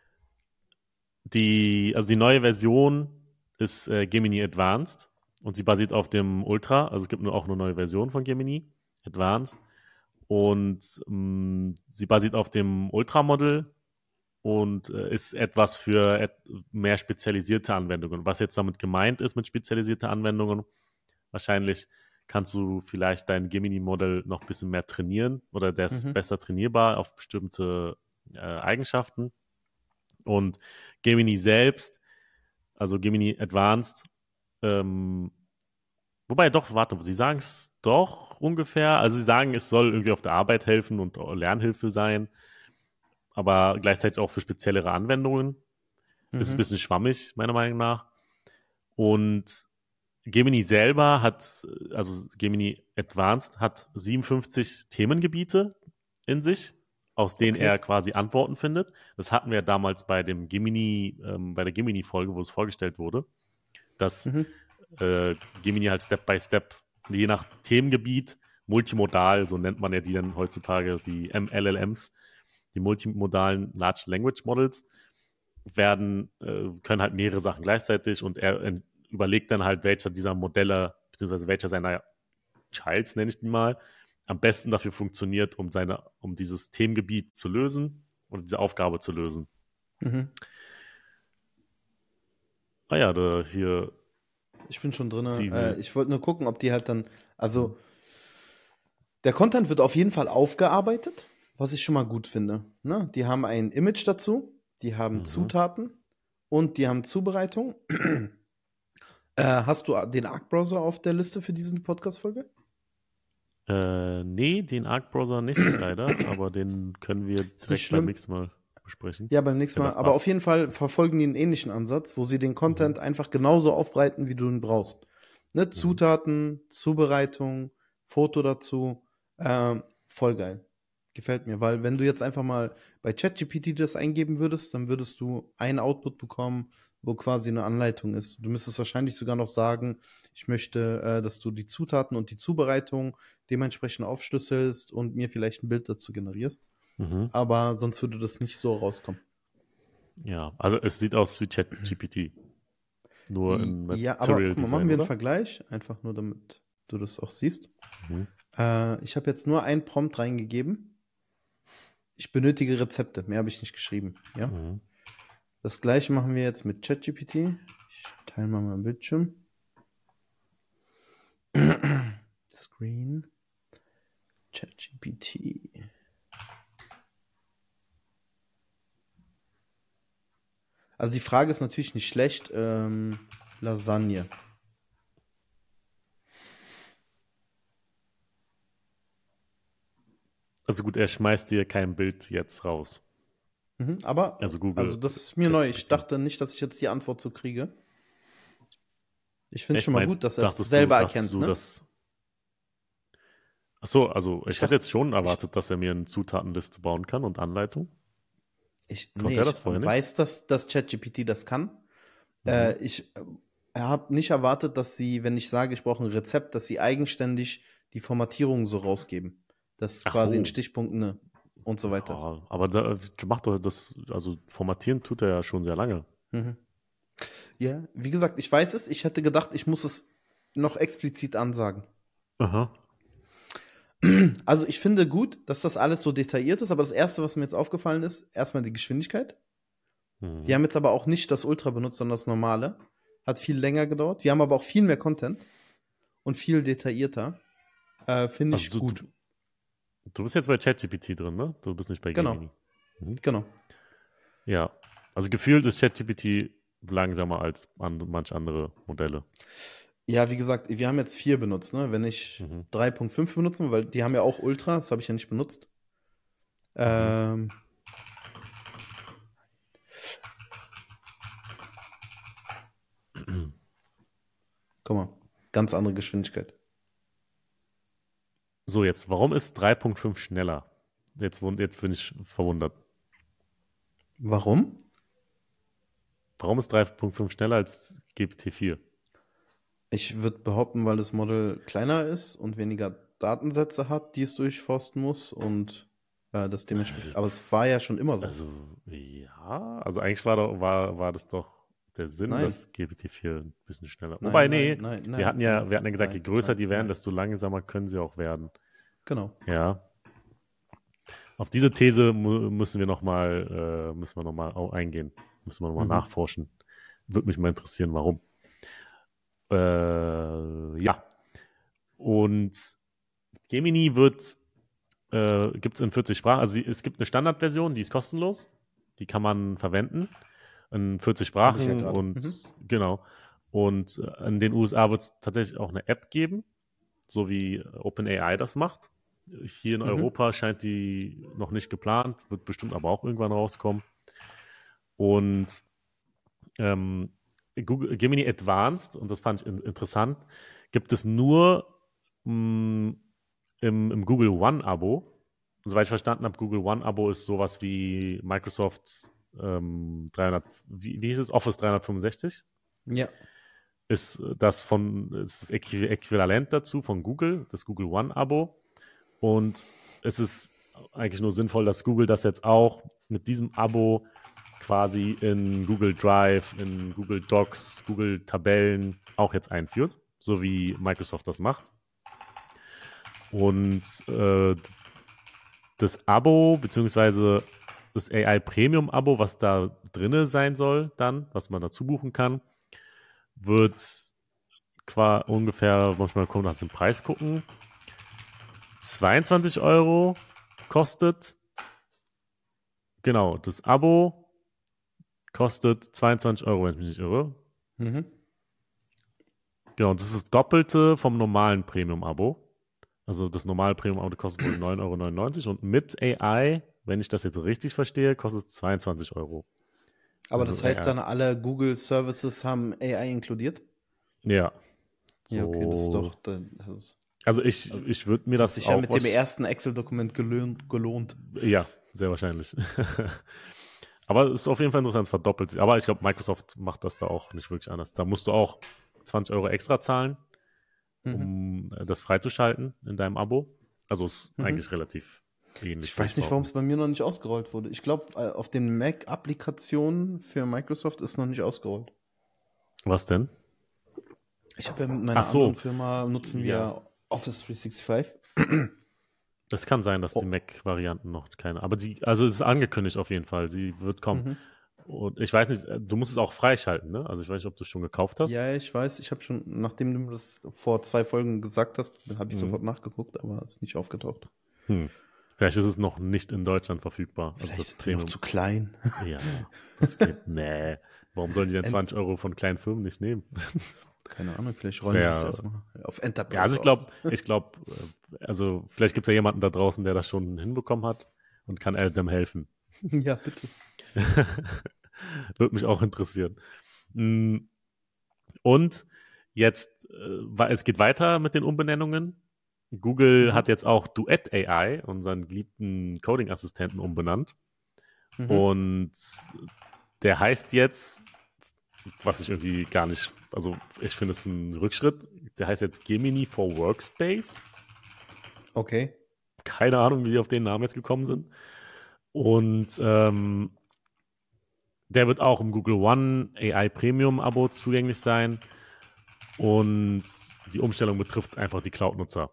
die, also die neue Version ist äh, Gemini Advanced und sie basiert auf dem Ultra. Also es gibt nur auch eine neue Version von Gemini Advanced. Und mh, sie basiert auf dem Ultra-Model und äh, ist etwas für et mehr spezialisierte Anwendungen. Was jetzt damit gemeint ist mit spezialisierten Anwendungen, wahrscheinlich kannst du vielleicht dein Gemini-Modell noch ein bisschen mehr trainieren oder der ist Mhm. besser trainierbar auf bestimmte äh, Eigenschaften. Und Gemini selbst, also Gemini Advanced, ähm, wobei doch, warte, sie sagen es doch ungefähr, also sie sagen, es soll irgendwie auf der Arbeit helfen und Lernhilfe sein, aber gleichzeitig auch für speziellere Anwendungen. Es ist ein Mhm. bisschen schwammig, meiner Meinung nach. Und Gemini selber hat, also Gemini Advanced hat siebenundfünfzig Themengebiete in sich. aus denen Okay. er quasi Antworten findet. Das hatten wir damals bei dem Gemini, ähm, bei der Gemini-Folge, wo es vorgestellt wurde, dass Mhm. äh, Gemini halt Step by Step, je nach Themengebiet, multimodal, so nennt man ja die dann heutzutage, die M L L Ms, die multimodalen Large Language Models, werden, äh, können halt mehrere Sachen gleichzeitig und er äh, überlegt dann halt, welcher dieser Modelle, beziehungsweise welcher seiner Childs, nenne ich die mal, am besten dafür funktioniert, um seine, um dieses Themengebiet zu lösen und diese Aufgabe zu lösen. Mhm. Ah ja, da hier. Ich bin schon drin. Sie Äh, will. ich wollte nur gucken, ob die halt dann, also der Content wird auf jeden Fall aufgearbeitet, was ich schon mal gut finde. Ne? Die haben ein Image dazu, die haben Mhm. Zutaten und die haben Zubereitung. äh, hast du den Arc-Browser auf der Liste für diese Podcast-Folge? Äh, nee, den Arc-Browser nicht, leider, aber den können wir Ist nicht direkt beim schlimm. nächsten Mal besprechen. Ja, beim nächsten wenn Mal. das Aber auf passt. jeden Fall verfolgen die einen ähnlichen Ansatz, wo sie den Content einfach genauso aufbreiten, wie du ihn brauchst. Ne? Zutaten, Zubereitung, Foto dazu. Ähm, voll geil. Gefällt mir, weil wenn du jetzt einfach mal bei ChatGPT das eingeben würdest, dann würdest du einen Output bekommen, wo quasi eine Anleitung ist. Du müsstest wahrscheinlich sogar noch sagen, ich möchte, äh, dass du die Zutaten und die Zubereitung dementsprechend aufschlüsselst und mir vielleicht ein Bild dazu generierst. Mhm. Aber sonst würde das nicht so rauskommen. Ja, also es sieht aus wie ChatGPT. Nur in Ja, aber Material guck mal, Design, machen wir einen oder? Vergleich, einfach nur damit du das auch siehst. Mhm. Äh, ich habe jetzt nur einen Prompt reingegeben. Ich benötige Rezepte, mehr habe ich nicht geschrieben. Ja. Mhm. Das gleiche machen wir jetzt mit ChatGPT. Ich teile mal mein Bildschirm. Screen. ChatGPT. Also die Frage ist natürlich nicht schlecht. Ähm, Lasagne. Also gut, er schmeißt dir kein Bild jetzt raus. Mhm, aber, Also Google, also das ist mir neu. Ich ChatGPT. dachte nicht, dass ich jetzt die Antwort so kriege. Ich finde es Echt, schon mal meinst, gut, dass er es dachtest du, selber dachtest erkennt, du, ne? dass. Achso, also Ich ich hätte dachte, jetzt schon ich, erwartet, dass er mir eine Zutatenliste bauen kann und Anleitung. ich, Konnte nee, er das ich vorher nicht? weiß, dass, dass ChatGPT das kann. Mhm. Äh, ich äh, habe nicht erwartet, dass sie, wenn ich sage, ich brauche ein Rezept, dass sie eigenständig die Formatierung so rausgeben. Das Ach quasi in so. Stichpunkten ne, und so weiter. Ja, aber da macht doch das, also formatieren tut er ja schon sehr lange. Mhm. Ja, wie gesagt, ich weiß es. Ich hätte gedacht, ich muss es noch explizit ansagen. Aha. Also ich finde gut, dass das alles so detailliert ist, aber das Erste, was mir jetzt aufgefallen ist, erstmal die Geschwindigkeit. Mhm. Wir haben jetzt aber auch nicht das Ultra benutzt, sondern das normale. Hat viel länger gedauert. Wir haben aber auch viel mehr Content und viel detaillierter. Äh, finde Also ich du, du, gut. du bist jetzt bei ChatGPT drin, ne? Du bist nicht bei Genau, Gemini. Mhm. genau. Ja. Also gefühlt ist ChatGPT langsamer als an, manche andere Modelle. Ja, wie gesagt, wir haben jetzt vier benutzt, ne? Wenn ich Mhm. drei Punkt fünf benutzen, weil die haben ja auch Ultra, das habe ich ja nicht benutzt. Mhm. Ähm, guck mal, ganz andere Geschwindigkeit. So, jetzt, warum ist drei Punkt fünf schneller? Jetzt, wund- jetzt bin ich verwundert. Warum? Warum ist drei Punkt fünf schneller als G P T vier? Ich würde behaupten, weil das Modell kleiner ist und weniger Datensätze hat, die es durchforsten muss und äh, das dementsprechend. Aber es war ja schon immer so. Also, ja, also eigentlich war, doch, war, war das doch der Sinn, Nein, dass G P T vier ein bisschen schneller. nein, Wobei, nein, nee, nein, wir nein, hatten ja, nein, wir hatten ja gesagt, je nein, größer nein, die werden, nein. desto langsamer können sie auch werden. Genau. Ja. Auf diese These mu müssen wir nochmal, äh, müssen wir noch mal eingehen. Müssen wir nochmal Mhm. nachforschen. Würde mich mal interessieren, warum. Äh, ja. Und Gemini wird, äh, gibt es in vierzig Sprachen. Also es gibt eine Standardversion, die ist kostenlos. Die kann man verwenden. In vierzig Habe ich ja Sprachen gerade. Mhm. und genau. Und äh, in den U S A wird es tatsächlich auch eine App geben, so wie OpenAI das macht. Hier in Mhm. Europa scheint die noch nicht geplant, wird bestimmt aber auch irgendwann rauskommen. Und ähm, Google, Gemini Advanced, und das fand ich in, interessant, gibt es nur mh, im, im Google One-Abo. soweit ich verstanden habe, Google One-Abo ist sowas wie Microsoft ähm, dreihundert, wie, wie hieß es, Office dreihundertfünfundsechzig? Ja. Ist das von, ist das Äqu- Äquivalent dazu von Google, das Google One-Abo. Und es ist eigentlich nur sinnvoll, dass Google das jetzt auch mit diesem Abo quasi in Google Drive, in Google Docs, Google Tabellen auch jetzt einführt, so wie Microsoft das macht. Und äh, das Abo, beziehungsweise das A I Premium Abo, was da drinne sein soll dann, was man dazu buchen kann, wird qua ungefähr, muss man gucken, nach dem Preis gucken, zweiundzwanzig Euro kostet. Genau, das Abo kostet zweiundzwanzig Euro, wenn ich mich nicht irre. Mhm. Genau, und das ist das Doppelte vom normalen Premium-Abo. Also das normale Premium-Abo kostet wohl neun Euro neunundneunzig und mit A I, wenn ich das jetzt richtig verstehe, kostet es zweiundzwanzig Euro. Aber Also das heißt A I. dann, alle Google Services haben A I inkludiert? Ja. Ja, okay, das ist So. doch. Das ist, Also ich, also, ich würde mir das hat das sich ja auch mit dem was- ersten Excel-Dokument gelohnt, gelohnt. Ja, sehr wahrscheinlich. Aber es ist auf jeden Fall interessant, es verdoppelt sich. Aber ich glaube, Microsoft macht das da auch nicht wirklich anders. Da musst du auch zwanzig Euro extra zahlen, Mhm. um äh, das freizuschalten in deinem Abo. Also es ist Mhm. eigentlich relativ ähnlich. Ich weiß nicht, warum es bei mir noch nicht ausgerollt wurde. Ich glaube, auf den Mac-Applikationen für Microsoft ist noch nicht ausgerollt. Was denn? Ich habe ja mit meiner Ach so. anderen Firma nutzen wir Ja. Office dreihundertfünfundsechzig. Es kann sein, dass die Oh. Mac-Varianten noch keine. Aber sie, also es ist angekündigt auf jeden Fall. Sie wird kommen. Mhm. Und ich weiß nicht, du musst es auch freischalten, ne? Also ich weiß nicht, ob du es schon gekauft hast. Ja, ich weiß, ich habe schon, nachdem du das vor zwei Folgen gesagt hast, habe ich Mhm. sofort nachgeguckt, aber es ist nicht aufgetaucht. Hm. Vielleicht ist es noch nicht in Deutschland verfügbar. Vielleicht also das ist es Premium. noch zu klein. Ja, das geht. Nee. Warum sollen die denn Ent- zwanzig Euro von kleinen Firmen nicht nehmen? Keine Ahnung, vielleicht Das rollen sie wär- es erstmal auf Enterprise Ja, also ich aus. glaube, ich glaube, also vielleicht gibt es ja jemanden da draußen, der das schon hinbekommen hat und kann dem helfen. Ja, bitte. Würde mich auch interessieren. Mm, Und jetzt, äh, wa- es geht weiter mit den Umbenennungen. Google Mhm. hat jetzt auch Duet A I, unseren geliebten Coding-Assistenten, umbenannt. Mhm. Und der heißt jetzt, was ich irgendwie gar nicht, also ich finde es ein Rückschritt, der heißt jetzt Gemini for Workspace. Okay. Keine Ahnung, wie sie auf den Namen jetzt gekommen sind. Und ähm, der wird auch im Google One A I Premium Abo zugänglich sein. Und die Umstellung betrifft einfach die Cloud-Nutzer.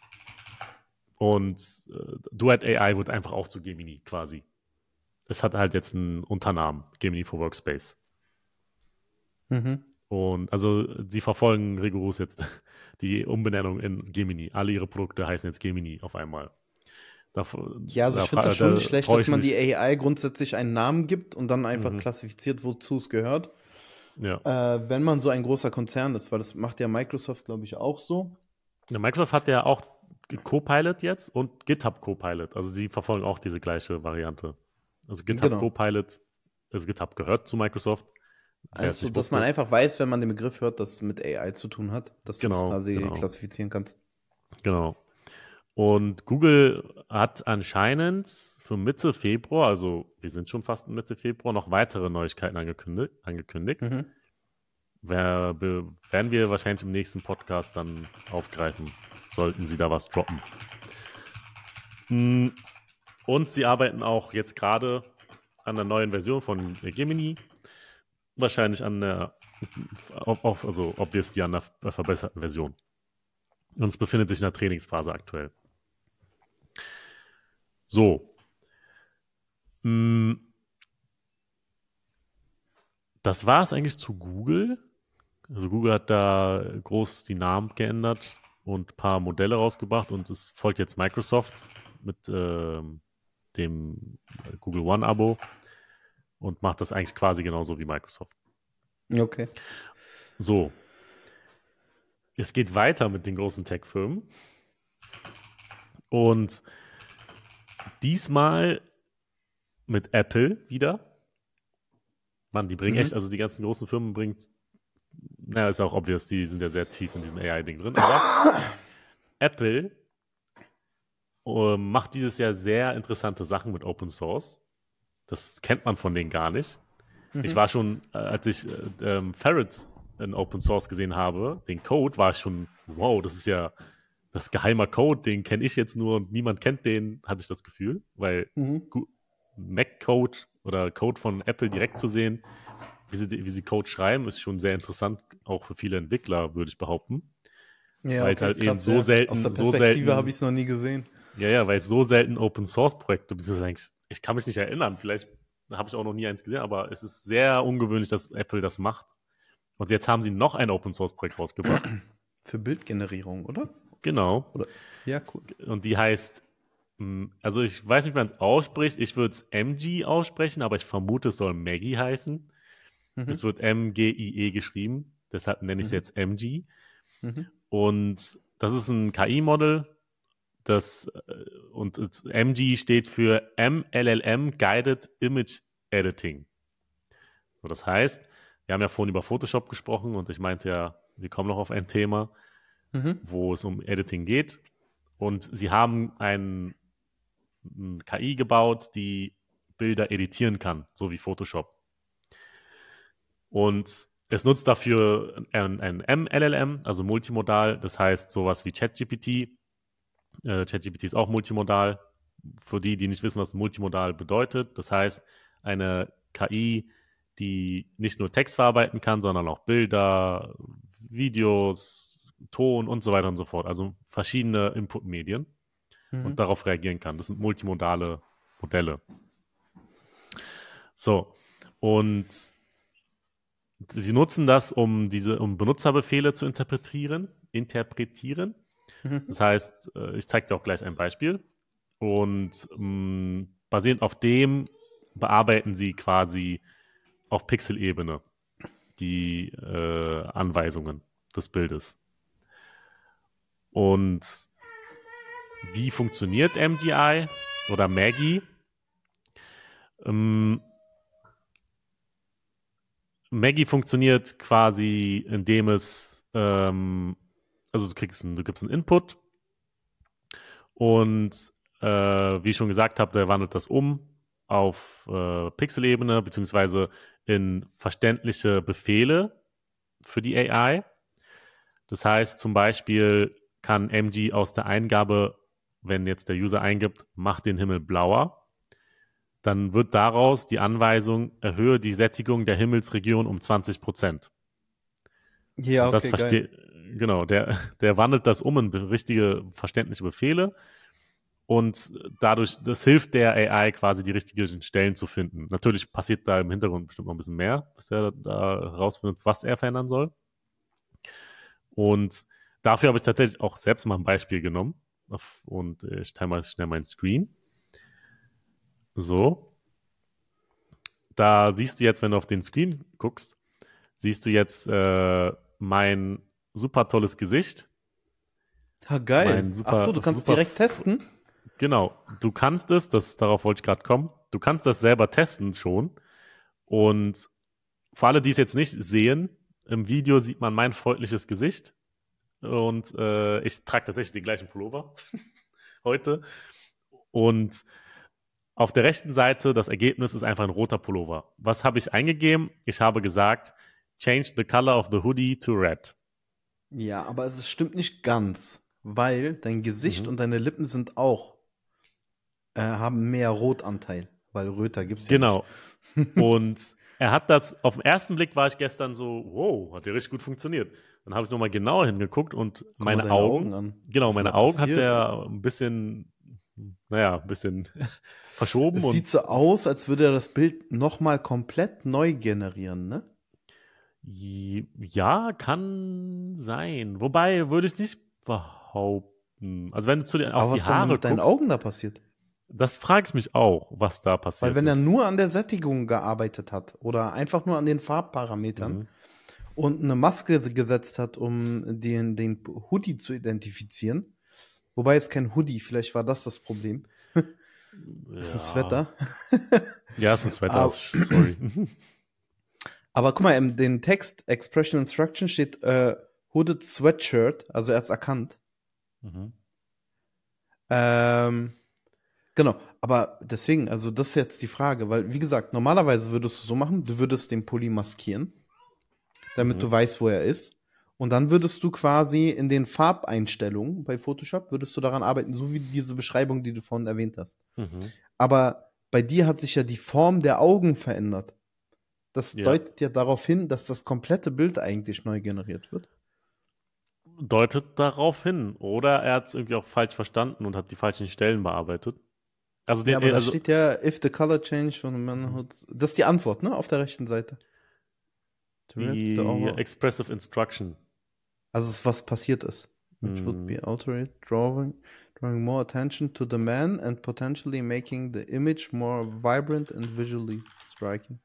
Und äh, Duet A I wird einfach auch zu Gemini quasi. Es hat halt jetzt einen Unternamen, Gemini for Workspace. Mhm. Und also sie verfolgen rigoros jetzt die Umbenennung in Gemini. Alle ihre Produkte heißen jetzt Gemini auf einmal. Da, Ja, also da, ich finde das da schon nicht schlecht, freu dass ich man mich. die A I grundsätzlich einen Namen gibt und dann einfach Mhm. klassifiziert, wozu es gehört. Ja. Äh, wenn man so ein großer Konzern ist, weil das macht ja Microsoft, glaube ich, auch so. Ja, Microsoft hat ja auch Copilot jetzt und GitHub Copilot. Also sie verfolgen auch diese gleiche Variante. Also GitHub Genau. Copilot, also GitHub gehört zu Microsoft. Wer es Also, nicht dass man wusste. einfach weiß, wenn man den Begriff hört, dass es mit A I zu tun hat, dass du Genau, das quasi genau. klassifizieren kannst. Genau. Und Google hat anscheinend für Mitte Februar, also wir sind schon fast Mitte Februar, noch weitere Neuigkeiten angekündigt. angekündigt. Mhm. Wer, be, werden wir wahrscheinlich im nächsten Podcast dann aufgreifen, sollten sie da was droppen. Mm, Und sie arbeiten auch jetzt gerade an der neuen Version von Gemini. Wahrscheinlich an der, auf, auf, also obviously an der verbesserten Version. Und es befindet sich in der Trainingsphase aktuell. So. Mm, Das war es eigentlich zu Google. Also Google hat da groß die Namen geändert und ein paar Modelle rausgebracht und es folgt jetzt Microsoft mit ähm, dem Google One-Abo und macht das eigentlich quasi genauso wie Microsoft. Okay. So. Es geht weiter mit den großen Tech-Firmen. Und diesmal mit Apple wieder. Mann, die bringen Mhm. echt, also die ganzen großen Firmen bringen, naja, ist auch obvious, die sind ja sehr tief in diesem A I-Ding drin, aber Apple äh, macht dieses Jahr sehr interessante Sachen mit Open Source. Das kennt man von denen gar nicht. Mhm. Ich war schon, äh, als ich äh, ähm, Ferret in Open Source gesehen habe, den Code, war ich schon, wow, das ist ja das geheimer Code, den kenne ich jetzt nur und niemand kennt den, hatte ich das Gefühl, weil Mhm. Mac-Code oder Code von Apple direkt zu sehen, wie sie, wie sie Code schreiben, ist schon sehr interessant, auch für viele Entwickler, würde ich behaupten. Ja, Weil es okay, halt eben krass, so ja. Aus der selten, so Perspektive habe selten, ich es noch nie gesehen. ja, ja, weil es so selten Open Source Projekte, beziehungsweise eigentlich, ich kann mich nicht erinnern, vielleicht habe ich auch noch nie eins gesehen, aber es ist sehr ungewöhnlich, dass Apple das macht. Und jetzt haben sie noch ein Open Source Projekt rausgebracht. Für Bildgenerierung, oder? Genau. Oder? Ja, cool. Und die heißt, mh, also ich weiß nicht, wie man es ausspricht. Ich würde es M G aussprechen, aber ich vermute, es soll Maggie heißen. Mhm. Es wird M G I E geschrieben. Deshalb nenne ich es Mhm. jetzt M G. Mhm. Und das ist ein K I-Model. Das, äh, und es- M G steht für M L L M Guided Image Editing. So, das heißt, wir haben ja vorhin über Photoshop gesprochen und ich meinte ja, wir kommen noch auf ein Thema, Mhm. wo es um Editing geht. Und sie haben ein, ein K I gebaut, die Bilder editieren kann, so wie Photoshop. Und es nutzt dafür ein, ein M L L M, also multimodal, das heißt sowas wie ChatGPT. Äh, ChatGPT ist auch multimodal. Für die, die nicht wissen, was multimodal bedeutet, das heißt eine K I, die nicht nur Text verarbeiten kann, sondern auch Bilder, Videos, Ton und so weiter und so fort. Also verschiedene Inputmedien Mhm. und darauf reagieren kann. Das sind multimodale Modelle. So, und sie nutzen das, um diese, um Benutzerbefehle zu interpretieren, interpretieren. Mhm. Das heißt, äh, ich zeige dir auch gleich ein Beispiel. Und mh, basierend auf dem bearbeiten sie quasi auf Pixelebene die äh, Anweisungen des Bildes. Und wie funktioniert M G I oder Maggie? Ähm, Maggie funktioniert quasi, indem es, ähm, also du kriegst, einen, du gibst einen Input und äh, wie ich schon gesagt habe, der wandelt das um auf äh, Pixelebene beziehungsweise in verständliche Befehle für die A I. Das heißt zum Beispiel kann M G aus der Eingabe, wenn jetzt der User eingibt, mach den Himmel blauer, dann wird daraus die Anweisung, erhöhe die Sättigung der Himmelsregion um zwanzig Prozent. Ja, Und das okay, geil. versteht, genau, der, der wandelt das um in richtige, verständliche Befehle. Und dadurch, das hilft der A I quasi, die richtigen Stellen zu finden. Natürlich passiert da im Hintergrund bestimmt noch ein bisschen mehr, bis er da herausfindet, was er verändern soll. Und dafür habe ich tatsächlich auch selbst mal ein Beispiel genommen. Und ich teile mal schnell meinen Screen. So. Da siehst du jetzt, wenn du auf den Screen guckst, siehst du jetzt äh, mein super tolles Gesicht. Ha, geil. Mein Ach so, super, du kannst super, direkt testen? genau. Du kannst es, das, darauf wollte ich gerade kommen, du kannst das selber testen schon. Und für alle, die es jetzt nicht sehen, im Video sieht man mein freundliches Gesicht. Und äh, ich trage tatsächlich den gleichen Pullover heute. Und auf der rechten Seite, das Ergebnis ist einfach ein roter Pullover. Was habe ich eingegeben? Ich habe gesagt, change the color of the hoodie to red. Ja, aber es stimmt nicht ganz, weil dein Gesicht Mhm. und deine Lippen sind auch, äh, haben mehr Rotanteil, weil Röter gibt's ja nicht. Genau. Und er hat das, auf den ersten Blick war ich gestern so, wow, hat ja richtig gut funktioniert. Dann habe ich nochmal genauer hingeguckt und Guck mal meine deine Augen, Augen an. genau, Was ist denn da meine Augen hat passiert, ey? er ein bisschen, naja, ein bisschen verschoben Es sieht und so aus, als würde er das Bild nochmal komplett neu generieren, ne? ja, kann sein. Wobei würde ich nicht behaupten. Also wenn du zu den, auf Aber die was dann Haare mit deinen guckst, Augen da passiert? das frage ich mich auch, was da Weil passiert wenn er ist. nur an der Sättigung gearbeitet hat oder einfach nur an den Farbparametern Mhm. und eine Maske gesetzt hat, um den, den Hoodie zu identifizieren, wobei es kein Hoodie, vielleicht war das das Problem. Es ist Ja. Wetter. Ja, es ist Wetter, aber, sorry. aber guck mal, im den Text Expression Instruction steht äh, Hooded Sweatshirt, also er hat es erkannt. Mhm. Ähm, genau, aber deswegen, also das ist jetzt die Frage, weil, wie gesagt, normalerweise würdest du so machen, du würdest den Pulli maskieren, damit Mhm. du weißt, wo er ist. Und dann würdest du quasi in den Farbeinstellungen bei Photoshop, würdest du daran arbeiten, so wie diese Beschreibung, die du vorhin erwähnt hast. Mhm. Aber bei dir hat sich ja die Form der Augen verändert. Das Ja. deutet ja darauf hin, dass das komplette Bild eigentlich neu generiert wird. Deutet darauf hin. Oder er hat es irgendwie auch falsch verstanden und hat die falschen Stellen bearbeitet. Also, Ja, den, aber äh, da also steht ja, if the color change from the manhood. Das ist die Antwort, ne? Auf der rechten Seite. Direct the die over. Expressive Instruction. Also es ist, was passiert ist. Which would Hm. be altered, drawing, drawing more attention to the man and potentially making the image more vibrant and visually striking.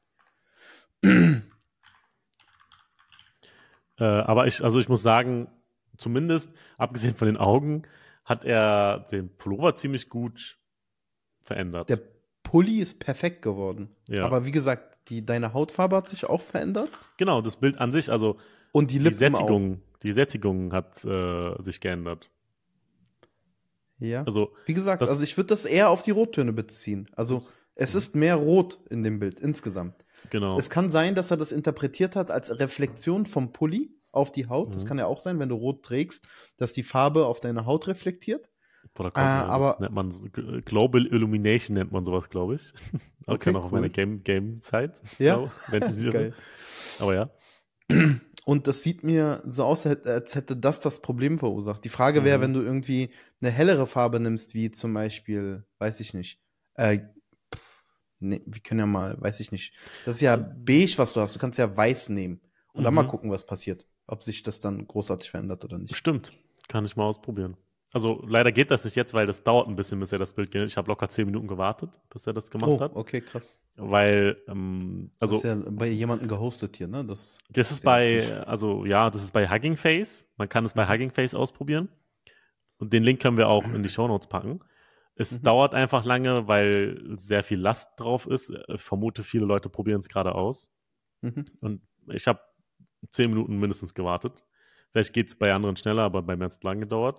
Äh, aber ich, also ich muss sagen, zumindest abgesehen von den Augen, hat er den Pullover ziemlich gut Der verändert. Pulli ist perfekt geworden. Ja. Aber wie gesagt, die, deine Hautfarbe hat sich auch verändert. Genau, das Bild an sich, also Und die die Lippen auch. Sättigung, die Sättigung hat äh, sich geändert. Ja. Also Wie gesagt, also das, ich würde das eher auf die Rottöne beziehen. Also ups, es mhm. ist mehr Rot in dem Bild insgesamt. Es Genau. kann sein, dass er das interpretiert hat als Reflexion vom Pulli auf die Haut. Das Mhm. kann ja auch sein, wenn du rot trägst, dass die Farbe auf deine Haut reflektiert. Boah, da Äh, kommt, äh, das aber nennt man so- G- Global Illumination nennt man sowas, glaube ich. Auch kann okay, auch auf meiner cool. Game Game Zeit, Ja, glaube, wenn ich mich nicht irre. geil. Aber ja. Und das sieht mir so aus, als hätte das das Problem verursacht. Die Frage wäre, Mhm. wenn du irgendwie eine hellere Farbe nimmst, wie zum Beispiel, weiß ich nicht, äh, nee, wir können ja mal, weiß ich nicht. Das ist ja beige, was du hast. Du kannst ja weiß nehmen. Und dann mal Mhm. gucken, was passiert. Ob sich das dann großartig verändert oder nicht. Stimmt. Kann ich mal ausprobieren. Also leider geht das nicht jetzt, weil das dauert ein bisschen, bis er das Bild generiert. Ich habe locker zehn Minuten gewartet, bis er das gemacht Oh, hat. okay, krass. Weil, ähm, Das ist also ja bei jemandem gehostet hier, ne? Das das ist ist ja jetzt bei, nicht. also ja, das ist bei Hugging Face. Man kann es bei Mhm. Hugging Face ausprobieren. Und den Link können wir auch in die Shownotes packen. Es Mhm. dauert einfach lange, weil sehr viel Last drauf ist. Ich vermute, viele Leute probieren es gerade aus. Mhm. Und ich habe zehn Minuten mindestens gewartet. Vielleicht geht es bei anderen schneller, aber bei mir hat es lang gedauert.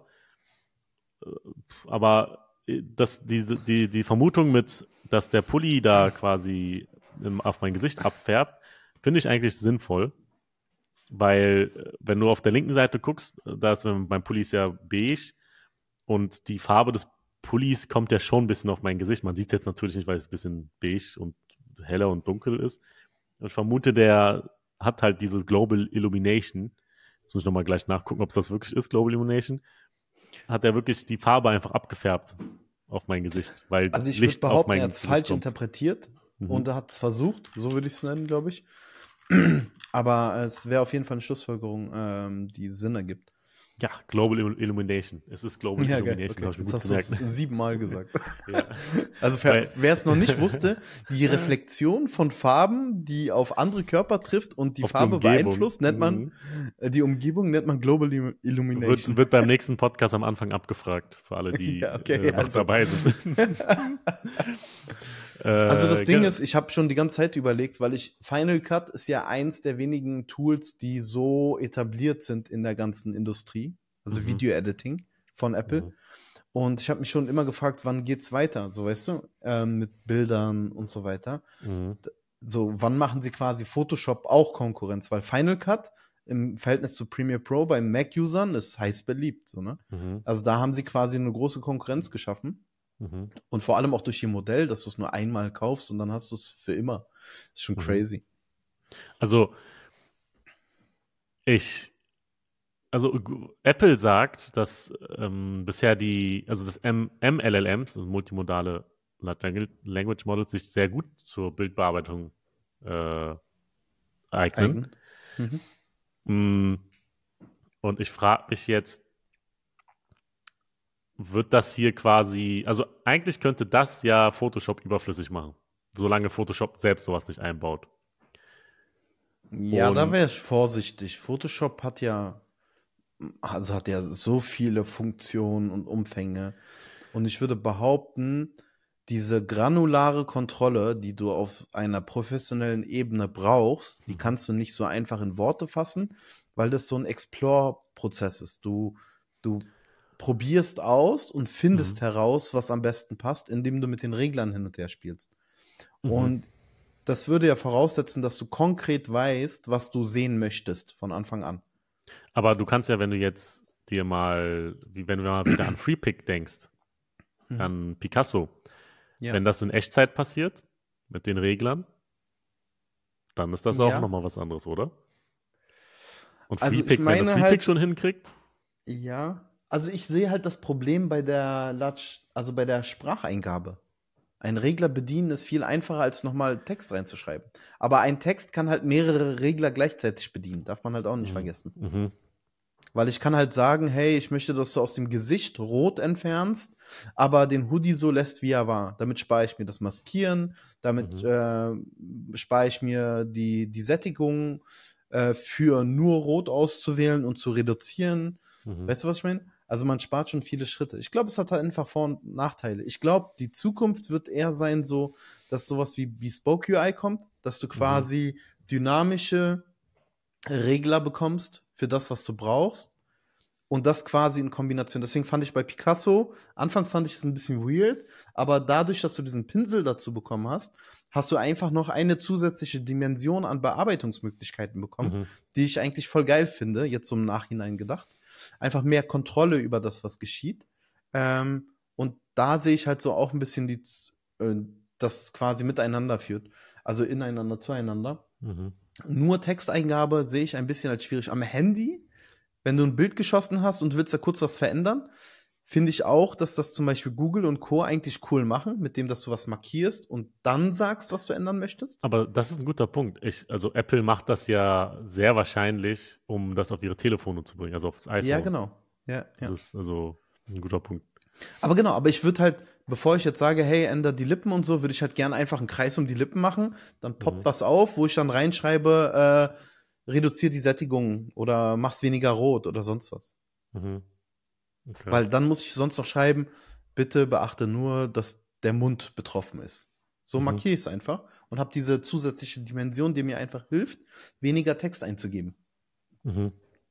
Aber äh, das, diese, die, die Vermutung mit, dass der Pulli da quasi im, auf mein Gesicht abfärbt, finde ich eigentlich sinnvoll. Weil, äh, wenn du auf der linken Seite guckst, äh, da ist mein Pulli ist ja beige und die Farbe des Pullis kommt ja schon ein bisschen auf mein Gesicht. Man sieht es jetzt natürlich nicht, weil es ein bisschen beige und heller und dunkel ist. Und ich vermute, der hat halt dieses Global Illumination. Jetzt muss ich nochmal gleich nachgucken, ob es das wirklich ist, Global Illumination. Hat er wirklich die Farbe einfach abgefärbt auf mein Gesicht, weil Also das ich würde Licht auf behaupten, er hat mein es Gesicht falsch kommt. interpretiert Mhm. und er hat es versucht, so würde ich es nennen, glaube ich. Aber es wäre auf jeden Fall eine Schlussfolgerung, ähm, die Sinn ergibt. Ja, Global Illumination. Es ist Global Ja, geil, Illumination, okay. habe ich mir Jetzt gut hast du es gemerkt. siebenmal gesagt. Ja. Also Weil, wer es noch nicht wusste, die Reflexion von Farben, die auf andere Körper trifft und die auf die Farbe Umgebung. beeinflusst, nennt man, Mhm. äh, die Umgebung nennt man Global Illu- Wird, Illumination. wird beim nächsten Podcast am Anfang abgefragt, für alle, die Ja, äh, okay, noch also. dabei sind. Also das äh, Ding ge- ist, ich habe schon die ganze Zeit überlegt, weil ich Final Cut ist ja eins der wenigen Tools, die so etabliert sind in der ganzen Industrie, also mhm. Video Editing von Apple. Mhm. Und ich habe mich schon immer gefragt, wann geht's weiter, so weißt du, ähm, mit Bildern und so weiter. Mhm. So, wann machen sie quasi Photoshop auch Konkurrenz? Weil Final Cut im Verhältnis zu Premiere Pro bei Mac-Usern ist heiß beliebt, so, ne? Mhm. Also da haben sie quasi eine große Konkurrenz geschaffen. Mhm. Und vor allem auch durch ihr Modell, dass du es nur einmal kaufst und dann hast du es für immer. Ist schon Mhm. crazy. Also, ich, also G- Apple sagt, dass ähm, bisher die, also das M M L L Ms, also multimodale Large Language Models, sich sehr gut zur Bildbearbeitung äh, eignen. Eigen. Mhm. Mm, Und ich frage mich jetzt, wird das hier quasi, also eigentlich könnte das ja Photoshop überflüssig machen, solange Photoshop selbst sowas nicht einbaut. Ja, da wäre Und ich vorsichtig. Photoshop hat ja, also hat ja so viele Funktionen und Umfänge. Und ich würde behaupten, diese granulare Kontrolle, die du auf einer professionellen Ebene brauchst, die mhm. kannst du nicht so einfach in Worte fassen, weil das so ein Explore-Prozess ist. Du, du probierst aus und findest Mhm. heraus, was am besten passt, indem du mit den Reglern hin und her spielst. Mhm. Und das würde ja voraussetzen, dass du konkret weißt, was du sehen möchtest von Anfang an. Aber du kannst ja, wenn du jetzt dir mal, wie wenn du mal wieder an FreePic denkst, Mhm. an Picasso, Ja. wenn das in Echtzeit passiert, mit den Reglern, dann ist das auch Ja. nochmal was anderes, oder? Und Also ich FreePic, wenn das meine FreePic halt, schon hinkriegt, ja, also ich sehe halt das Problem bei der Latsch, also bei der Spracheingabe. Ein Regler bedienen ist viel einfacher, als nochmal Text reinzuschreiben. Aber ein Text kann halt mehrere Regler gleichzeitig bedienen. Darf man halt auch nicht mhm. vergessen. Mhm. Weil ich kann halt sagen, hey, ich möchte, dass du aus dem Gesicht rot entfernst, aber den Hoodie so lässt, wie er war. Damit spare ich mir das Maskieren, damit Mhm. äh, spare ich mir die, die Sättigung äh, für nur rot auszuwählen und zu reduzieren. Mhm. Weißt du, was ich meine? Also man spart schon viele Schritte. Ich glaube, es hat halt einfach Vor- und Nachteile. Ich glaube, die Zukunft wird eher sein, so, dass sowas wie Bespoke U I kommt, dass du quasi dynamische Regler bekommst für das, was du brauchst. Und das quasi in Kombination. Deswegen fand ich bei Picasso, anfangs fand ich es ein bisschen weird, aber dadurch, dass du diesen Pinsel dazu bekommen hast, hast du einfach noch eine zusätzliche Dimension an Bearbeitungsmöglichkeiten bekommen, Mhm. die ich eigentlich voll geil finde, jetzt so im Nachhinein gedacht. Einfach mehr Kontrolle über das, was geschieht. Ähm, und da sehe ich halt so auch ein bisschen die, äh, das quasi miteinander führt. Also ineinander, zueinander. Mhm. Nur Texteingabe sehe ich ein bisschen als schwierig. Am Handy, wenn du ein Bild geschossen hast und willst da kurz was verändern, finde ich auch, dass das zum Beispiel Google und Co. eigentlich cool machen, mit dem, dass du was markierst und dann sagst, was du ändern möchtest. Aber das ist ein guter Punkt. Ich, also Apple macht das ja sehr wahrscheinlich, um das auf ihre Telefone zu bringen, also auf das Ja, iPhone. genau. Ja, Das ja. ist also ein guter Punkt. Aber genau, aber ich würde halt, bevor ich jetzt sage, hey, änder die Lippen und so, würde ich halt gerne einfach einen Kreis um die Lippen machen. Dann poppt Mhm. was auf, wo ich dann reinschreibe, äh, reduziere die Sättigung oder mach's weniger rot oder sonst was. Mhm. Okay. Weil dann muss ich sonst noch schreiben, bitte beachte nur, dass der Mund betroffen ist. So Mhm. markiere ich es einfach und habe diese zusätzliche Dimension, die mir einfach hilft, weniger Text einzugeben. Mhm.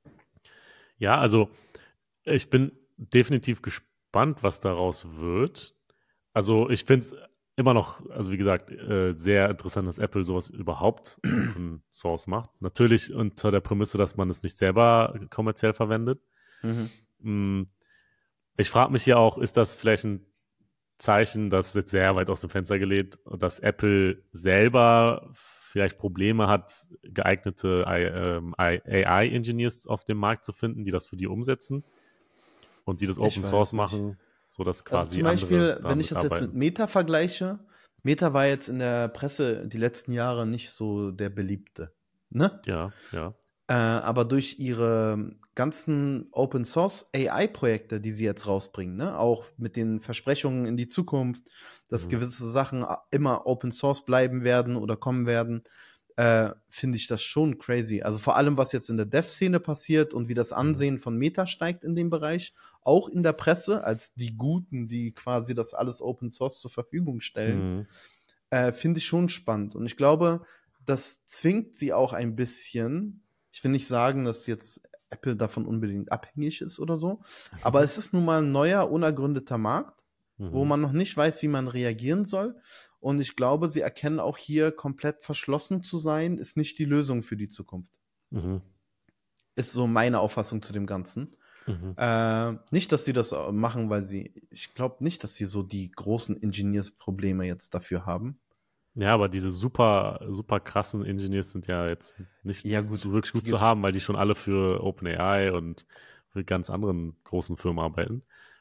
Ja, also ich bin definitiv gespannt, was daraus wird. Also ich finde es immer noch, also wie gesagt, äh, sehr interessant, dass Apple sowas überhaupt Open Source macht. Natürlich unter der Prämisse, dass man es nicht selber kommerziell verwendet. Mhm. Mm, Ich frage mich ja auch, ist das vielleicht ein Zeichen, das ist jetzt sehr weit aus dem Fenster gelegt, dass Apple selber vielleicht Probleme hat, geeignete ähm, A I-Engineers auf dem Markt zu finden, die das für die umsetzen und sie das Ich Open Source weiß nicht. machen, sodass Also quasi zum andere Beispiel, wenn ich damit das jetzt mit arbeiten. Meta vergleiche, Meta war jetzt in der Presse die letzten Jahre nicht so der beliebte. Ne? Ja, ja. Äh, aber durch ihre ganzen Open Source A I-Projekte, die sie jetzt rausbringen, ne, auch mit den Versprechungen in die Zukunft, dass Mhm. gewisse Sachen immer Open Source bleiben werden oder kommen werden, äh, finde ich das schon crazy. Also vor allem, was jetzt in der Dev-Szene passiert und wie das Ansehen von Meta steigt in dem Bereich, auch in der Presse, als die Guten, die quasi das alles Open Source zur Verfügung stellen, Mhm. äh, finde ich schon spannend. Und ich glaube, das zwingt sie auch ein bisschen. Ich will nicht sagen, dass jetzt Apple davon unbedingt abhängig ist oder so, aber es ist nun mal ein neuer, unergründeter Markt, wo Mhm. man noch nicht weiß, wie man reagieren soll. Und ich glaube, sie erkennen auch hier, komplett verschlossen zu sein, ist nicht die Lösung für die Zukunft. Mhm. Ist so meine Auffassung zu dem Ganzen. Mhm. Äh, nicht, dass sie das machen, weil sie, ich glaube nicht, dass sie so die großen Engineers-Probleme jetzt dafür haben. Ja, aber diese super, super krassen Engineers sind ja jetzt nicht Ja, so gut, wirklich die gut zu gibt's. haben, weil die schon alle für OpenAI und für ganz anderen großen Firmen arbeiten.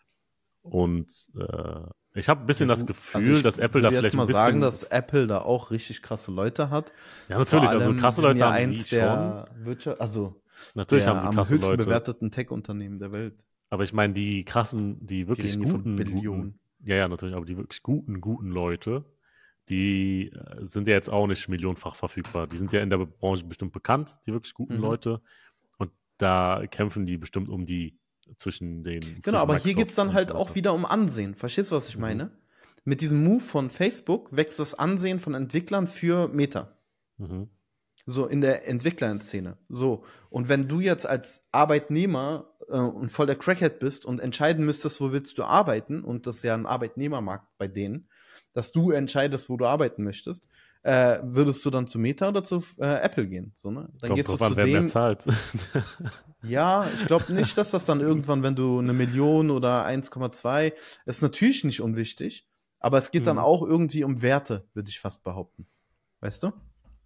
Und äh, ich habe ein Ja, bisschen das gut. Also Gefühl, ich dass Apple da würde jetzt vielleicht ein mal sagen, bisschen. dass Apple da auch richtig krasse Leute hat. Ja, Vor natürlich, also allem, krasse die sind Leute ja haben sie eins schon. der Wirtschaft, also Natürlich haben der sie am krasse höchsten Leute. bewerteten Tech-Unternehmen der Welt. Aber ich meine, die krassen, die Wir wirklich reden hier von guten, guten, Billionen. ja, ja, natürlich, aber die wirklich guten, guten Leute, die äh, sind ja jetzt auch nicht millionenfach verfügbar. Die sind ja in der Branche bestimmt bekannt, die wirklich guten Mhm. Leute. Und da kämpfen die bestimmt um die zwischen den. Genau, zwischen aber hier geht es Microsoft dann und halt so auch weiter. wieder um Ansehen. Verstehst du, was ich Mhm. meine? Mit diesem Move von Facebook wächst das Ansehen von Entwicklern für Meta. Mhm. So in der Entwicklerszene. So. Und wenn du jetzt als Arbeitnehmer äh, und voll der Crackhead bist und entscheiden müsstest, wo willst du arbeiten, und das ist ja ein Arbeitnehmermarkt bei denen, dass du entscheidest, wo du arbeiten möchtest, äh, würdest du dann zu Meta oder zu äh, Apple gehen? So, ne? Dann Kommt gehst du drauf zu an, wer mehr dem. zahlt. Ja, ich glaube nicht, dass das dann irgendwann, wenn du eine Million oder eins Komma zwei, ist natürlich nicht unwichtig, aber es geht dann Mhm. auch irgendwie um Werte, würde ich fast behaupten. Weißt du?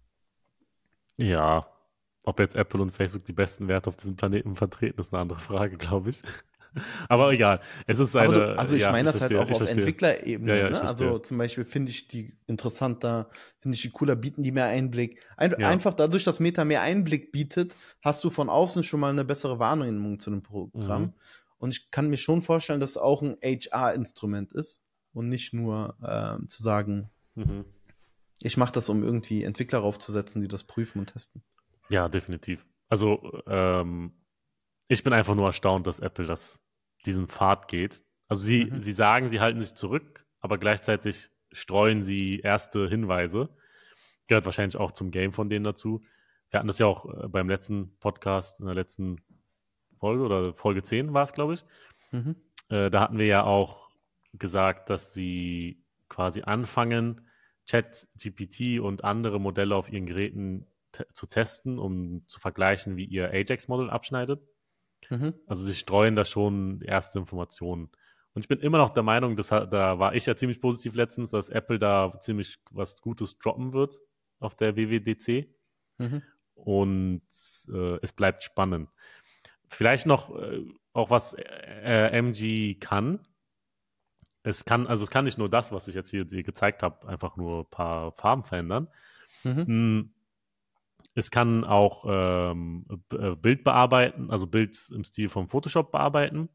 Ja, ob jetzt Apple und Facebook die besten Werte auf diesem Planeten vertreten, ist eine andere Frage, glaube ich. Aber egal. Es ist Aber du, also eine, ich ja, meine ich das halt verstehe, auch ich auf verstehe. Ja, Entwicklerebene, ja, ich ne? Also verstehe. zum Beispiel finde ich die interessanter, finde ich die cooler, bieten die mehr Einblick. Ein, Ja. einfach dadurch, dass Meta mehr Einblick bietet, hast du von außen schon mal eine bessere Wahrnehmung zu dem Mhm. Programm. Und ich kann mir schon vorstellen, dass es auch ein H R-Instrument ist und nicht nur ähm, zu sagen, Mhm. ich mache das, um irgendwie Entwickler raufzusetzen, die das prüfen und testen. Ja, definitiv. Also, ähm, ich bin einfach nur erstaunt, dass Apple das, diesen Pfad geht. Also sie, Mhm. sie sagen, sie halten sich zurück, aber gleichzeitig streuen sie erste Hinweise. Gehört wahrscheinlich auch zum Game von denen dazu. Wir hatten das ja auch äh, beim letzten Podcast, in der letzten Folge oder Folge zehn war es, glaube ich. Mhm. Äh, da hatten wir ja auch gesagt, dass sie quasi anfangen, ChatGPT und andere Modelle auf ihren Geräten te zu testen, um zu vergleichen, wie ihr Ajax-Modell abschneidet. Mhm. Also sie streuen da schon erste Informationen. Und ich bin immer noch der Meinung, dass, da war ich ja ziemlich positiv letztens, dass Apple da ziemlich was Gutes droppen wird auf der W W D C. Mhm. Und äh, es bleibt spannend. Vielleicht noch äh, auch was äh, M G kann. Es kann, also es kann nicht nur das, was ich jetzt hier dir gezeigt habe, einfach nur ein paar Farben verändern. Mhm. Mm, Es kann auch ähm, B- äh, Bild bearbeiten, also Bild im Stil vom Photoshop bearbeiten.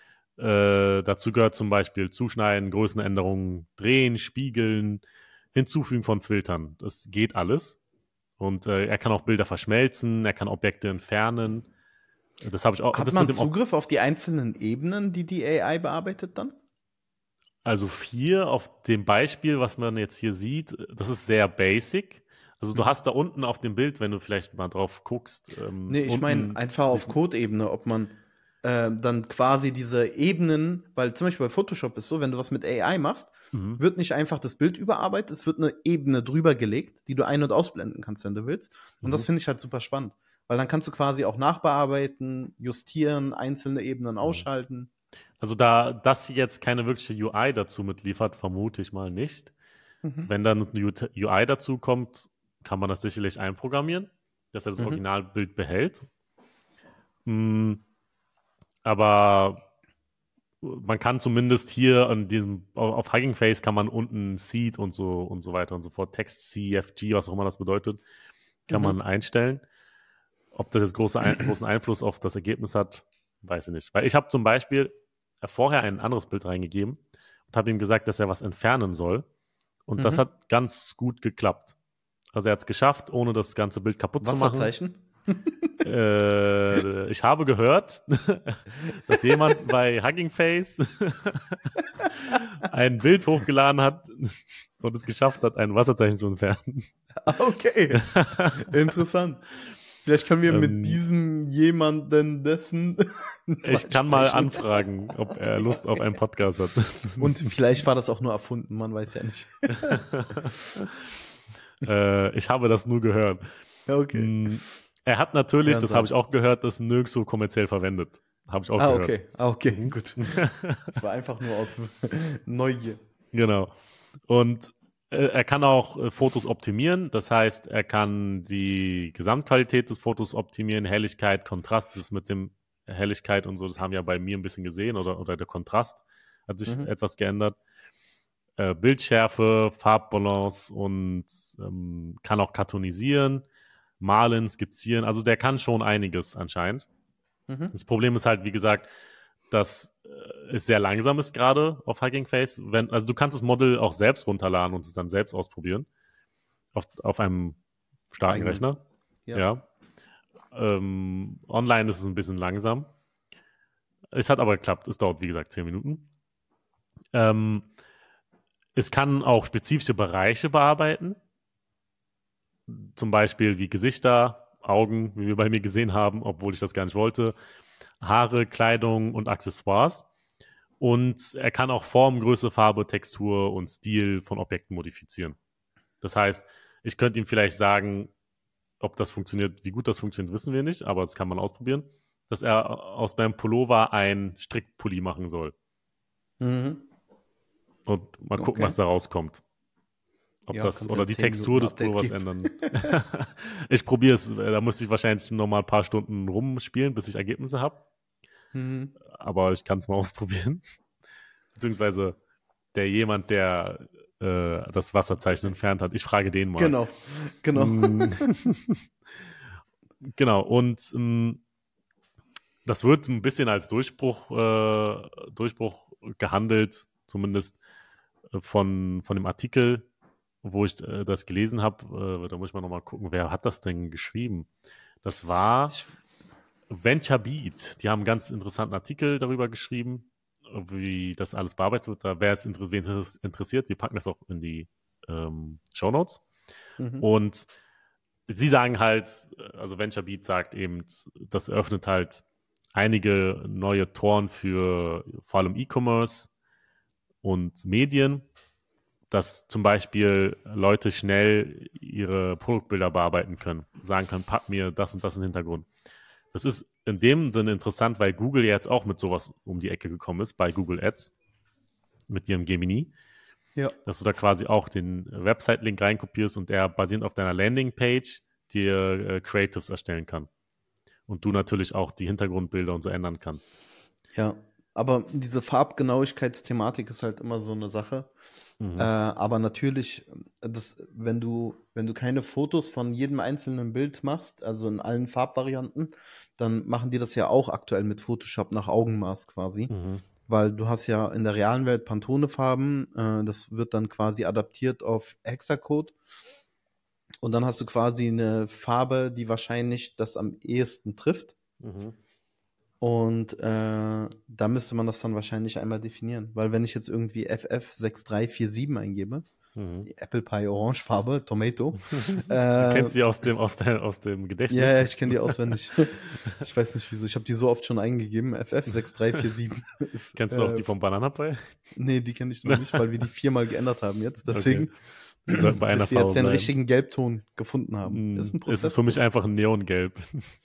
Äh, dazu gehört zum Beispiel Zuschneiden, Größenänderungen, Drehen, Spiegeln, Hinzufügen von Filtern. Das geht alles. Und äh, er kann auch Bilder verschmelzen, er kann Objekte entfernen. Das habe ich auch, Hat das mit man dem, Ob- Zugriff auf die einzelnen Ebenen, die die A I bearbeitet dann? also vier auf dem Beispiel, was man jetzt hier sieht, das ist sehr basic. Also du Mhm. hast da unten auf dem Bild, wenn du vielleicht mal drauf guckst, ähm, Nee, ich meine unten einfach auf diesen, Code-Ebene, ob man äh, dann quasi diese Ebenen, weil zum Beispiel bei Photoshop ist so, wenn du was mit A I machst, mhm, wird nicht einfach das Bild überarbeitet, es wird eine Ebene drüber gelegt, die du ein- und ausblenden kannst, wenn du willst. Und das mhm, finde ich halt super spannend, weil dann kannst du quasi auch nachbearbeiten, justieren, einzelne Ebenen mhm. ausschalten. Also da das jetzt keine wirkliche U I dazu mitliefert, vermute ich mal nicht. Mhm. Wenn dann eine U I dazu kommt, kann man das sicherlich einprogrammieren, dass er das Mhm. Originalbild behält. Mm, aber man kann zumindest hier an diesem, auf Hugging Face kann man unten Seed und so und so weiter und so fort, Text C F G, was auch immer das bedeutet, kann Mhm. man einstellen. Ob das jetzt große, ein, großen Einfluss auf das Ergebnis hat, weiß ich nicht. Weil ich habe zum Beispiel vorher ein anderes Bild reingegeben und habe ihm gesagt, dass er was entfernen soll. Und das Mhm. hat ganz gut geklappt. Also er hat es geschafft, ohne das ganze Bild kaputt zu machen. Wasserzeichen? Äh, ich habe gehört, dass jemand bei Hugging Face ein Bild hochgeladen hat und es geschafft hat, ein Wasserzeichen zu entfernen. Okay, interessant. Vielleicht können wir mit ähm, diesem jemanden dessen mal ich kann mal sprechen. anfragen, ob er Ja, Lust auf einen okay. Podcast hat. Und vielleicht war das auch nur erfunden, man weiß ja nicht. äh, ich habe das nur gehört. Ja, okay. Mm, Er hat natürlich, Kann das habe sein. ich auch gehört, das nirgendwo kommerziell verwendet. Habe ich auch Ah, gehört. okay. Ah, okay, Mhm. gut. Das war einfach nur aus Neugier. Genau. Und äh, er kann auch äh, Fotos optimieren. Das heißt, er kann die Gesamtqualität des Fotos optimieren, Helligkeit, Kontrast, das mit dem Helligkeit und so, das haben wir ja bei mir ein bisschen gesehen, oder, oder der Kontrast hat sich Mhm. etwas geändert. Äh, Bildschärfe, Farbbalance und ähm, kann auch kartonisieren, malen, skizzieren. Also der kann schon einiges anscheinend. Mhm. Das Problem ist halt, wie gesagt, dass äh, es sehr langsam ist gerade auf Hugging Face. Wenn, also du kannst das Model auch selbst runterladen und es dann selbst ausprobieren. Auf, auf einem starken Eigenen. Rechner. Ja. Ja. Ähm, online ist es ein bisschen langsam. Es hat aber geklappt. Es dauert, wie gesagt, zehn Minuten. Ähm, es kann auch spezifische Bereiche bearbeiten. zum Beispiel wie Gesichter, Augen, wie wir bei mir gesehen haben, obwohl ich das gar nicht wollte, Haare, Kleidung und Accessoires. Und er kann auch Form, Größe, Farbe, Textur und Stil von Objekten modifizieren. Das heißt, ich könnte ihm vielleicht sagen, ob das funktioniert, wie gut das funktioniert, wissen wir nicht, aber das kann man ausprobieren, dass er aus meinem Pullover ein Strickpulli machen soll. Mhm. Und mal gucken, Okay. was da rauskommt. Ob Ja, das, kannst oder ja die zehn Textur Minuten des Update Pullovers geben. ändern. Ich probiere es, da müsste ich wahrscheinlich noch mal ein paar Stunden rumspielen, bis ich Ergebnisse habe. Mhm. Aber ich kann es mal ausprobieren. Beziehungsweise der jemand, der äh, das Wasserzeichen entfernt hat, ich frage den mal. Genau, genau. Mm. Genau, und mm, das wird ein bisschen als Durchbruch, äh, Durchbruch gehandelt, zumindest äh, von, von dem Artikel, wo ich äh, das gelesen habe. Äh, da muss ich mal nochmal gucken, wer hat das denn geschrieben? Das war Ich, VentureBeat. Die haben einen ganz interessanten Artikel darüber geschrieben, wie das alles bearbeitet wird. Da wäre es inter- wen es interessiert. Wir packen das auch in die ähm, Shownotes. mhm. Und sie sagen halt, also VentureBeat sagt eben, das eröffnet halt einige neue Toren für vor allem E-Commerce und Medien, dass zum Beispiel Leute schnell ihre Produktbilder bearbeiten können, sagen können, pack mir das und das in den Hintergrund. Das ist in dem Sinne interessant, weil Google jetzt auch mit sowas um die Ecke gekommen ist, bei Google Ads, mit ihrem Gemini, Ja. dass du da quasi auch den Website-Link reinkopierst und er basierend auf deiner Landingpage dir äh, Creatives erstellen kann. Und du natürlich auch die Hintergrundbilder und so ändern kannst. Ja, aber diese Farbgenauigkeitsthematik ist halt immer so eine Sache. Mhm. Äh, aber natürlich, das, wenn du, wenn du keine Fotos von jedem einzelnen Bild machst, also in allen Farbvarianten, dann machen die das ja auch aktuell mit Photoshop nach Augenmaß quasi. Mhm. Weil du hast ja in der realen Welt Pantone-Farben, äh, das wird dann quasi adaptiert auf Hexacode. Und dann hast du quasi eine Farbe, die wahrscheinlich das am ehesten trifft. Mhm. Und äh, da müsste man das dann wahrscheinlich einmal definieren. Weil wenn ich jetzt irgendwie F F sechs drei vier sieben eingebe, Mhm. die Apple Pie Orangefarbe, Tomato, Du äh, kennst die aus dem, aus der, aus dem ja, Gedächtnis. ja, ich kenne die auswendig. Ich weiß nicht wieso. Ich habe die so oft schon eingegeben. F F sechs drei vier sieben ist, Kennst du auch äh, die vom Bananapie? nee, die kenne ich noch nicht, weil wir die viermal geändert haben jetzt. Okay. Deswegen, Wir sollten bei einer bis wir jetzt Farbe den bleiben. richtigen Gelbton gefunden haben. Mm, Ist ein Es ist Prozess, für mich Bruder. einfach ein Neongelb.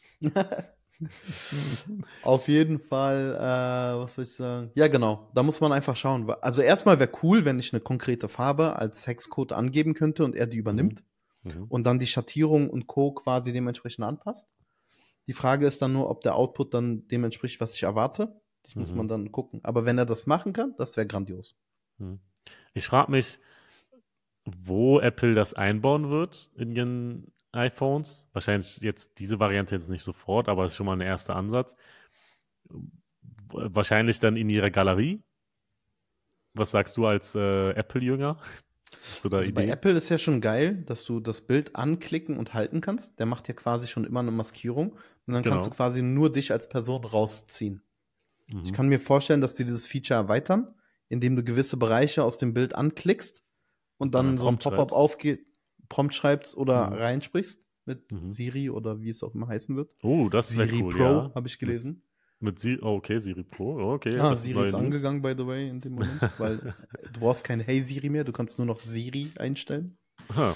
Auf jeden Fall, äh, was soll ich sagen? Ja, genau. Da muss man einfach schauen. Also erstmal wäre cool, wenn ich eine konkrete Farbe als Hexcode angeben könnte und er die Mhm. übernimmt Mhm. und dann die Schattierung und Co. quasi dementsprechend anpasst. Die Frage ist dann nur, ob der Output dann dem entspricht, was ich erwarte. Das muss man Mhm. dann gucken. Aber wenn er das machen kann, das wäre grandios. Mhm. Ich frage mich, wo Apple das einbauen wird in ihren iPhones. Wahrscheinlich jetzt diese Variante jetzt nicht sofort, aber es ist schon mal ein erster Ansatz. Wahrscheinlich dann in ihrer Galerie. Was sagst du als äh, Apple-Jünger zu der Also bei Idee? Apple ist ja schon geil, dass du das Bild anklicken und halten kannst. Der macht ja quasi schon immer eine Maskierung. Und dann kannst du Genau. quasi nur dich als Person rausziehen. Ich Mhm. kann mir vorstellen, dass die dieses Feature erweitern, indem du gewisse Bereiche aus dem Bild anklickst und Und dann ein dann so ein Prompt Pop-up schreibst. aufgeht, Prompt schreibst oder Mhm. reinsprichst mit Mhm. Siri oder wie es auch immer heißen wird. Oh, das wäre Siri cool, Pro ja. habe ich Mit, gelesen. mit Siri, oh, okay, Siri Pro, oh, okay, Ah, das ist Siri neue ist News. angegangen, by the way, in dem Moment, weil äh, du brauchst kein Hey Siri mehr, du kannst nur noch Siri einstellen. Huh.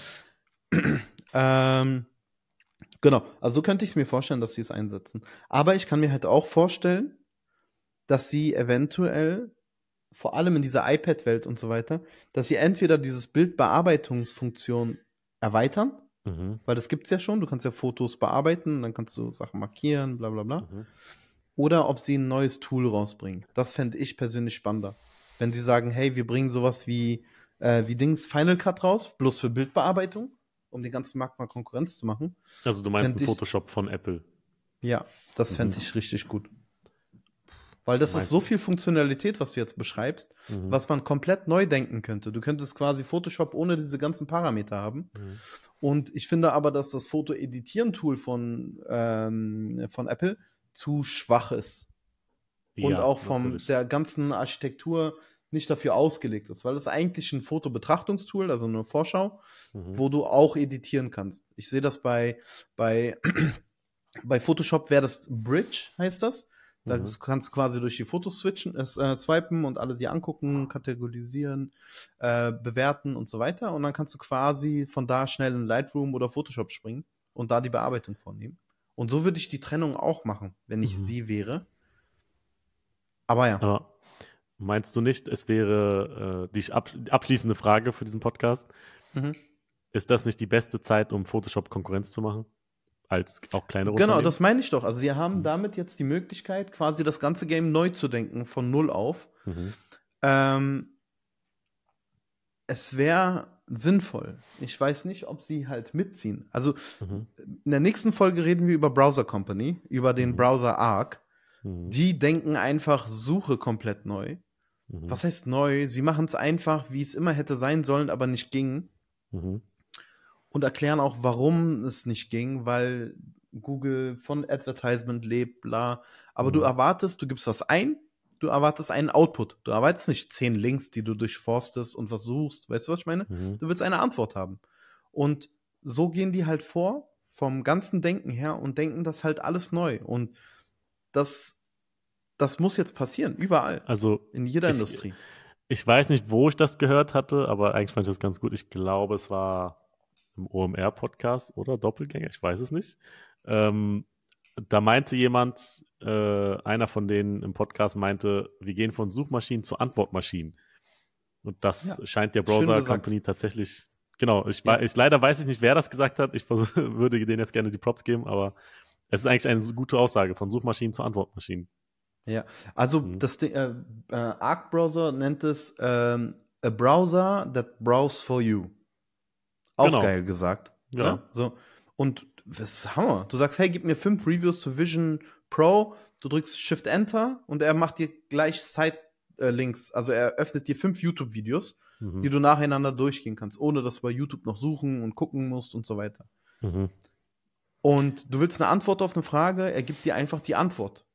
Ähm, genau, also so könnte ich es mir vorstellen, dass sie es einsetzen. Aber ich kann mir halt auch vorstellen, dass sie eventuell vor allem in dieser iPad-Welt und so weiter, dass sie entweder dieses Bildbearbeitungsfunktion erweitern, Mhm. weil das gibt's ja schon, du kannst ja Fotos bearbeiten, dann kannst du Sachen markieren, bla bla bla. Mhm. Oder ob sie ein neues Tool rausbringen. Das fände ich persönlich spannender. Wenn sie sagen, hey, wir bringen sowas wie, äh, wie Dings Final Cut raus, bloß für Bildbearbeitung, um den ganzen Markt mal Konkurrenz zu machen, Also du meinst ein fände ich, Photoshop von Apple. ja, das Mhm. fände ich richtig gut. Weil das ist Meinst so du? viel Funktionalität, was du jetzt beschreibst, Mhm. was man komplett neu denken könnte. Du könntest quasi Photoshop ohne diese ganzen Parameter haben. Mhm. Und ich finde aber, dass das Foto-Editieren-Tool von, ähm, von Apple zu schwach ist. Und Ja, auch von natürlich. der ganzen Architektur, nicht dafür ausgelegt ist, weil es eigentlich ein Fotobetrachtungstool, also eine Vorschau, Mhm. wo du auch editieren kannst. Ich sehe das bei, bei, bei Photoshop wäre das Bridge, heißt das. Da Mhm. kannst du quasi durch die Fotos switchen, äh, swipen und alle die angucken, kategorisieren, äh, bewerten und so weiter. Und dann kannst du quasi von da schnell in Lightroom oder Photoshop springen und da die Bearbeitung vornehmen. Und so würde ich die Trennung auch machen, wenn ich Mhm. sie wäre. Aber ja. Aber meinst du nicht, es wäre äh, die ab abschließende Frage für diesen Podcast, Mhm. ist das nicht die beste Zeit, um Photoshop Konkurrenz zu machen? Als auch kleinere Genau, Unternehmen? das meine ich doch. Also sie haben Mhm. damit jetzt die Möglichkeit, quasi das ganze Game neu zu denken, von null auf. Mhm. Ähm, es wäre sinnvoll. Ich weiß nicht, ob sie halt mitziehen. Also Mhm. in der nächsten Folge reden wir über Browser Company, über den Mhm. Browser Arc. Mhm. Die denken einfach Suche komplett neu. Mhm. Was heißt neu? Sie machen es einfach, wie es immer hätte sein sollen, aber nicht ging. Mhm. Und erklären auch, warum es nicht ging, weil Google von Advertisement lebt, bla. Aber Mhm. du erwartest, du gibst was ein, du erwartest einen Output. Du erwartest nicht zehn Links, die du durchforstest und was suchst. Weißt du, was ich meine? Mhm. Du willst eine Antwort haben. Und so gehen die halt vor, vom ganzen Denken her, und denken das halt alles neu. Und das, das muss jetzt passieren, überall, Also in jeder ich, Industrie. ich weiß nicht, wo ich das gehört hatte, aber eigentlich fand ich das ganz gut. Ich glaube, es war im O M R-Podcast oder Doppelgänger, ich weiß es nicht. Ähm, da meinte jemand, äh, einer von denen im Podcast meinte, wir gehen von Suchmaschinen zu Antwortmaschinen. Und das Ja, scheint der schön Browser gesagt. Company tatsächlich, genau, ich, Ja. ich leider weiß ich nicht, wer das gesagt hat. Ich versuch, würde denen jetzt gerne die Props geben, aber es ist eigentlich eine so gute Aussage von Suchmaschinen zu Antwortmaschinen. Ja, also Mhm. das Ding, äh, äh, Arc Browser nennt es ähm, a browser that browse for you. Auch Genau, geil gesagt. ja. Ne? So. Und das ist Hammer. Du sagst, hey, gib mir fünf Reviews zu Vision Pro, du drückst Shift Enter und er macht dir gleich Side-Links. Also er öffnet dir fünf YouTube-Videos, Mhm. die du nacheinander durchgehen kannst, ohne dass du bei YouTube noch suchen und gucken musst und so weiter. Mhm. Und du willst eine Antwort auf eine Frage, er gibt dir einfach die Antwort.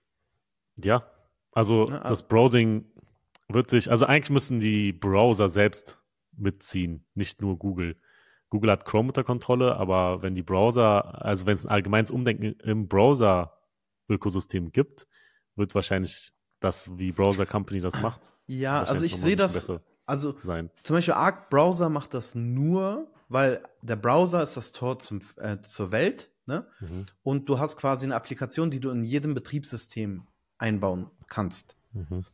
Ja, also Ne? das Browsing wird sich, also eigentlich müssen die Browser selbst mitziehen, nicht nur Google. Google hat Chrome unter Kontrolle, aber wenn die Browser, also wenn es ein allgemeines Umdenken im Browser-Ökosystem gibt, wird wahrscheinlich das, wie Browser Company das macht, Ja, also wahrscheinlich ich nochmal ein sehe bisschen das, besser also sein. zum Beispiel Arc Browser macht das nur, weil der Browser ist das Tor zum, äh, zur Welt, ne? Mhm. Und du hast quasi eine Applikation, die du in jedem Betriebssystem einbauen kannst. Mhm.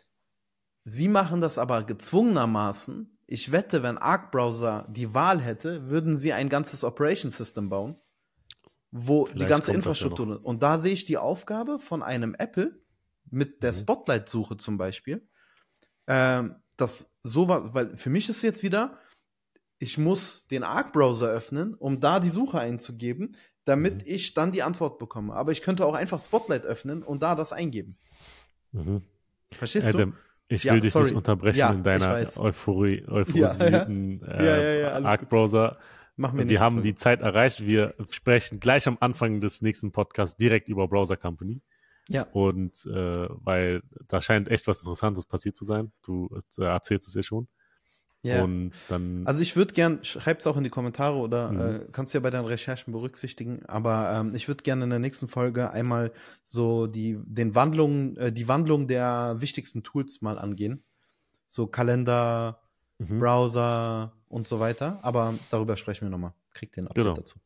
Sie machen das aber gezwungenermaßen. Ich wette, wenn Arc Browser die Wahl hätte, würden sie ein ganzes Operation System bauen, wo die Vielleicht ganze kommt das ja Infrastruktur. noch. Und da sehe ich die Aufgabe von einem Apple mit der Mhm. Spotlight-Suche zum Beispiel, ähm, das so war, weil für mich ist jetzt wieder, ich muss den Arc-Browser öffnen, um da die Suche einzugeben, damit Mhm. ich dann die Antwort bekomme. Aber ich könnte auch einfach Spotlight öffnen und da das eingeben. Mhm. Verstehst du? Adam, ich will Ja, dich nicht sorry. unterbrechen Ja, in ich deiner weiß. Euphorie, Ja, ja. euphorisierten Ja, äh, ja, ja, alles gut. Arc-Browser. Machen wir Wir nächste haben Folge. die Zeit erreicht. Wir sprechen gleich am Anfang des nächsten Podcasts direkt über Browser Company. Ja. Und äh, weil da scheint echt was Interessantes passiert zu sein. Du äh, erzählst es ja schon. Ja. Und dann. Also ich würde gern, schreib's auch in die Kommentare oder Mhm. äh, kannst du ja bei deinen Recherchen berücksichtigen, aber ähm, ich würde gerne in der nächsten Folge einmal so die, den Wandlungen, äh, die Wandlung der wichtigsten Tools mal angehen. So Kalender, Mhm. Browser und so weiter. Aber darüber sprechen wir nochmal. Kriegt den Update Genau. dazu.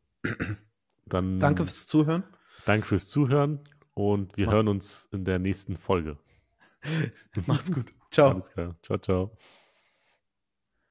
Dann Danke fürs Zuhören. danke fürs Zuhören und wir Mach- hören uns in der nächsten Folge. Macht's gut. Ciao. Alles klar. Ciao, ciao.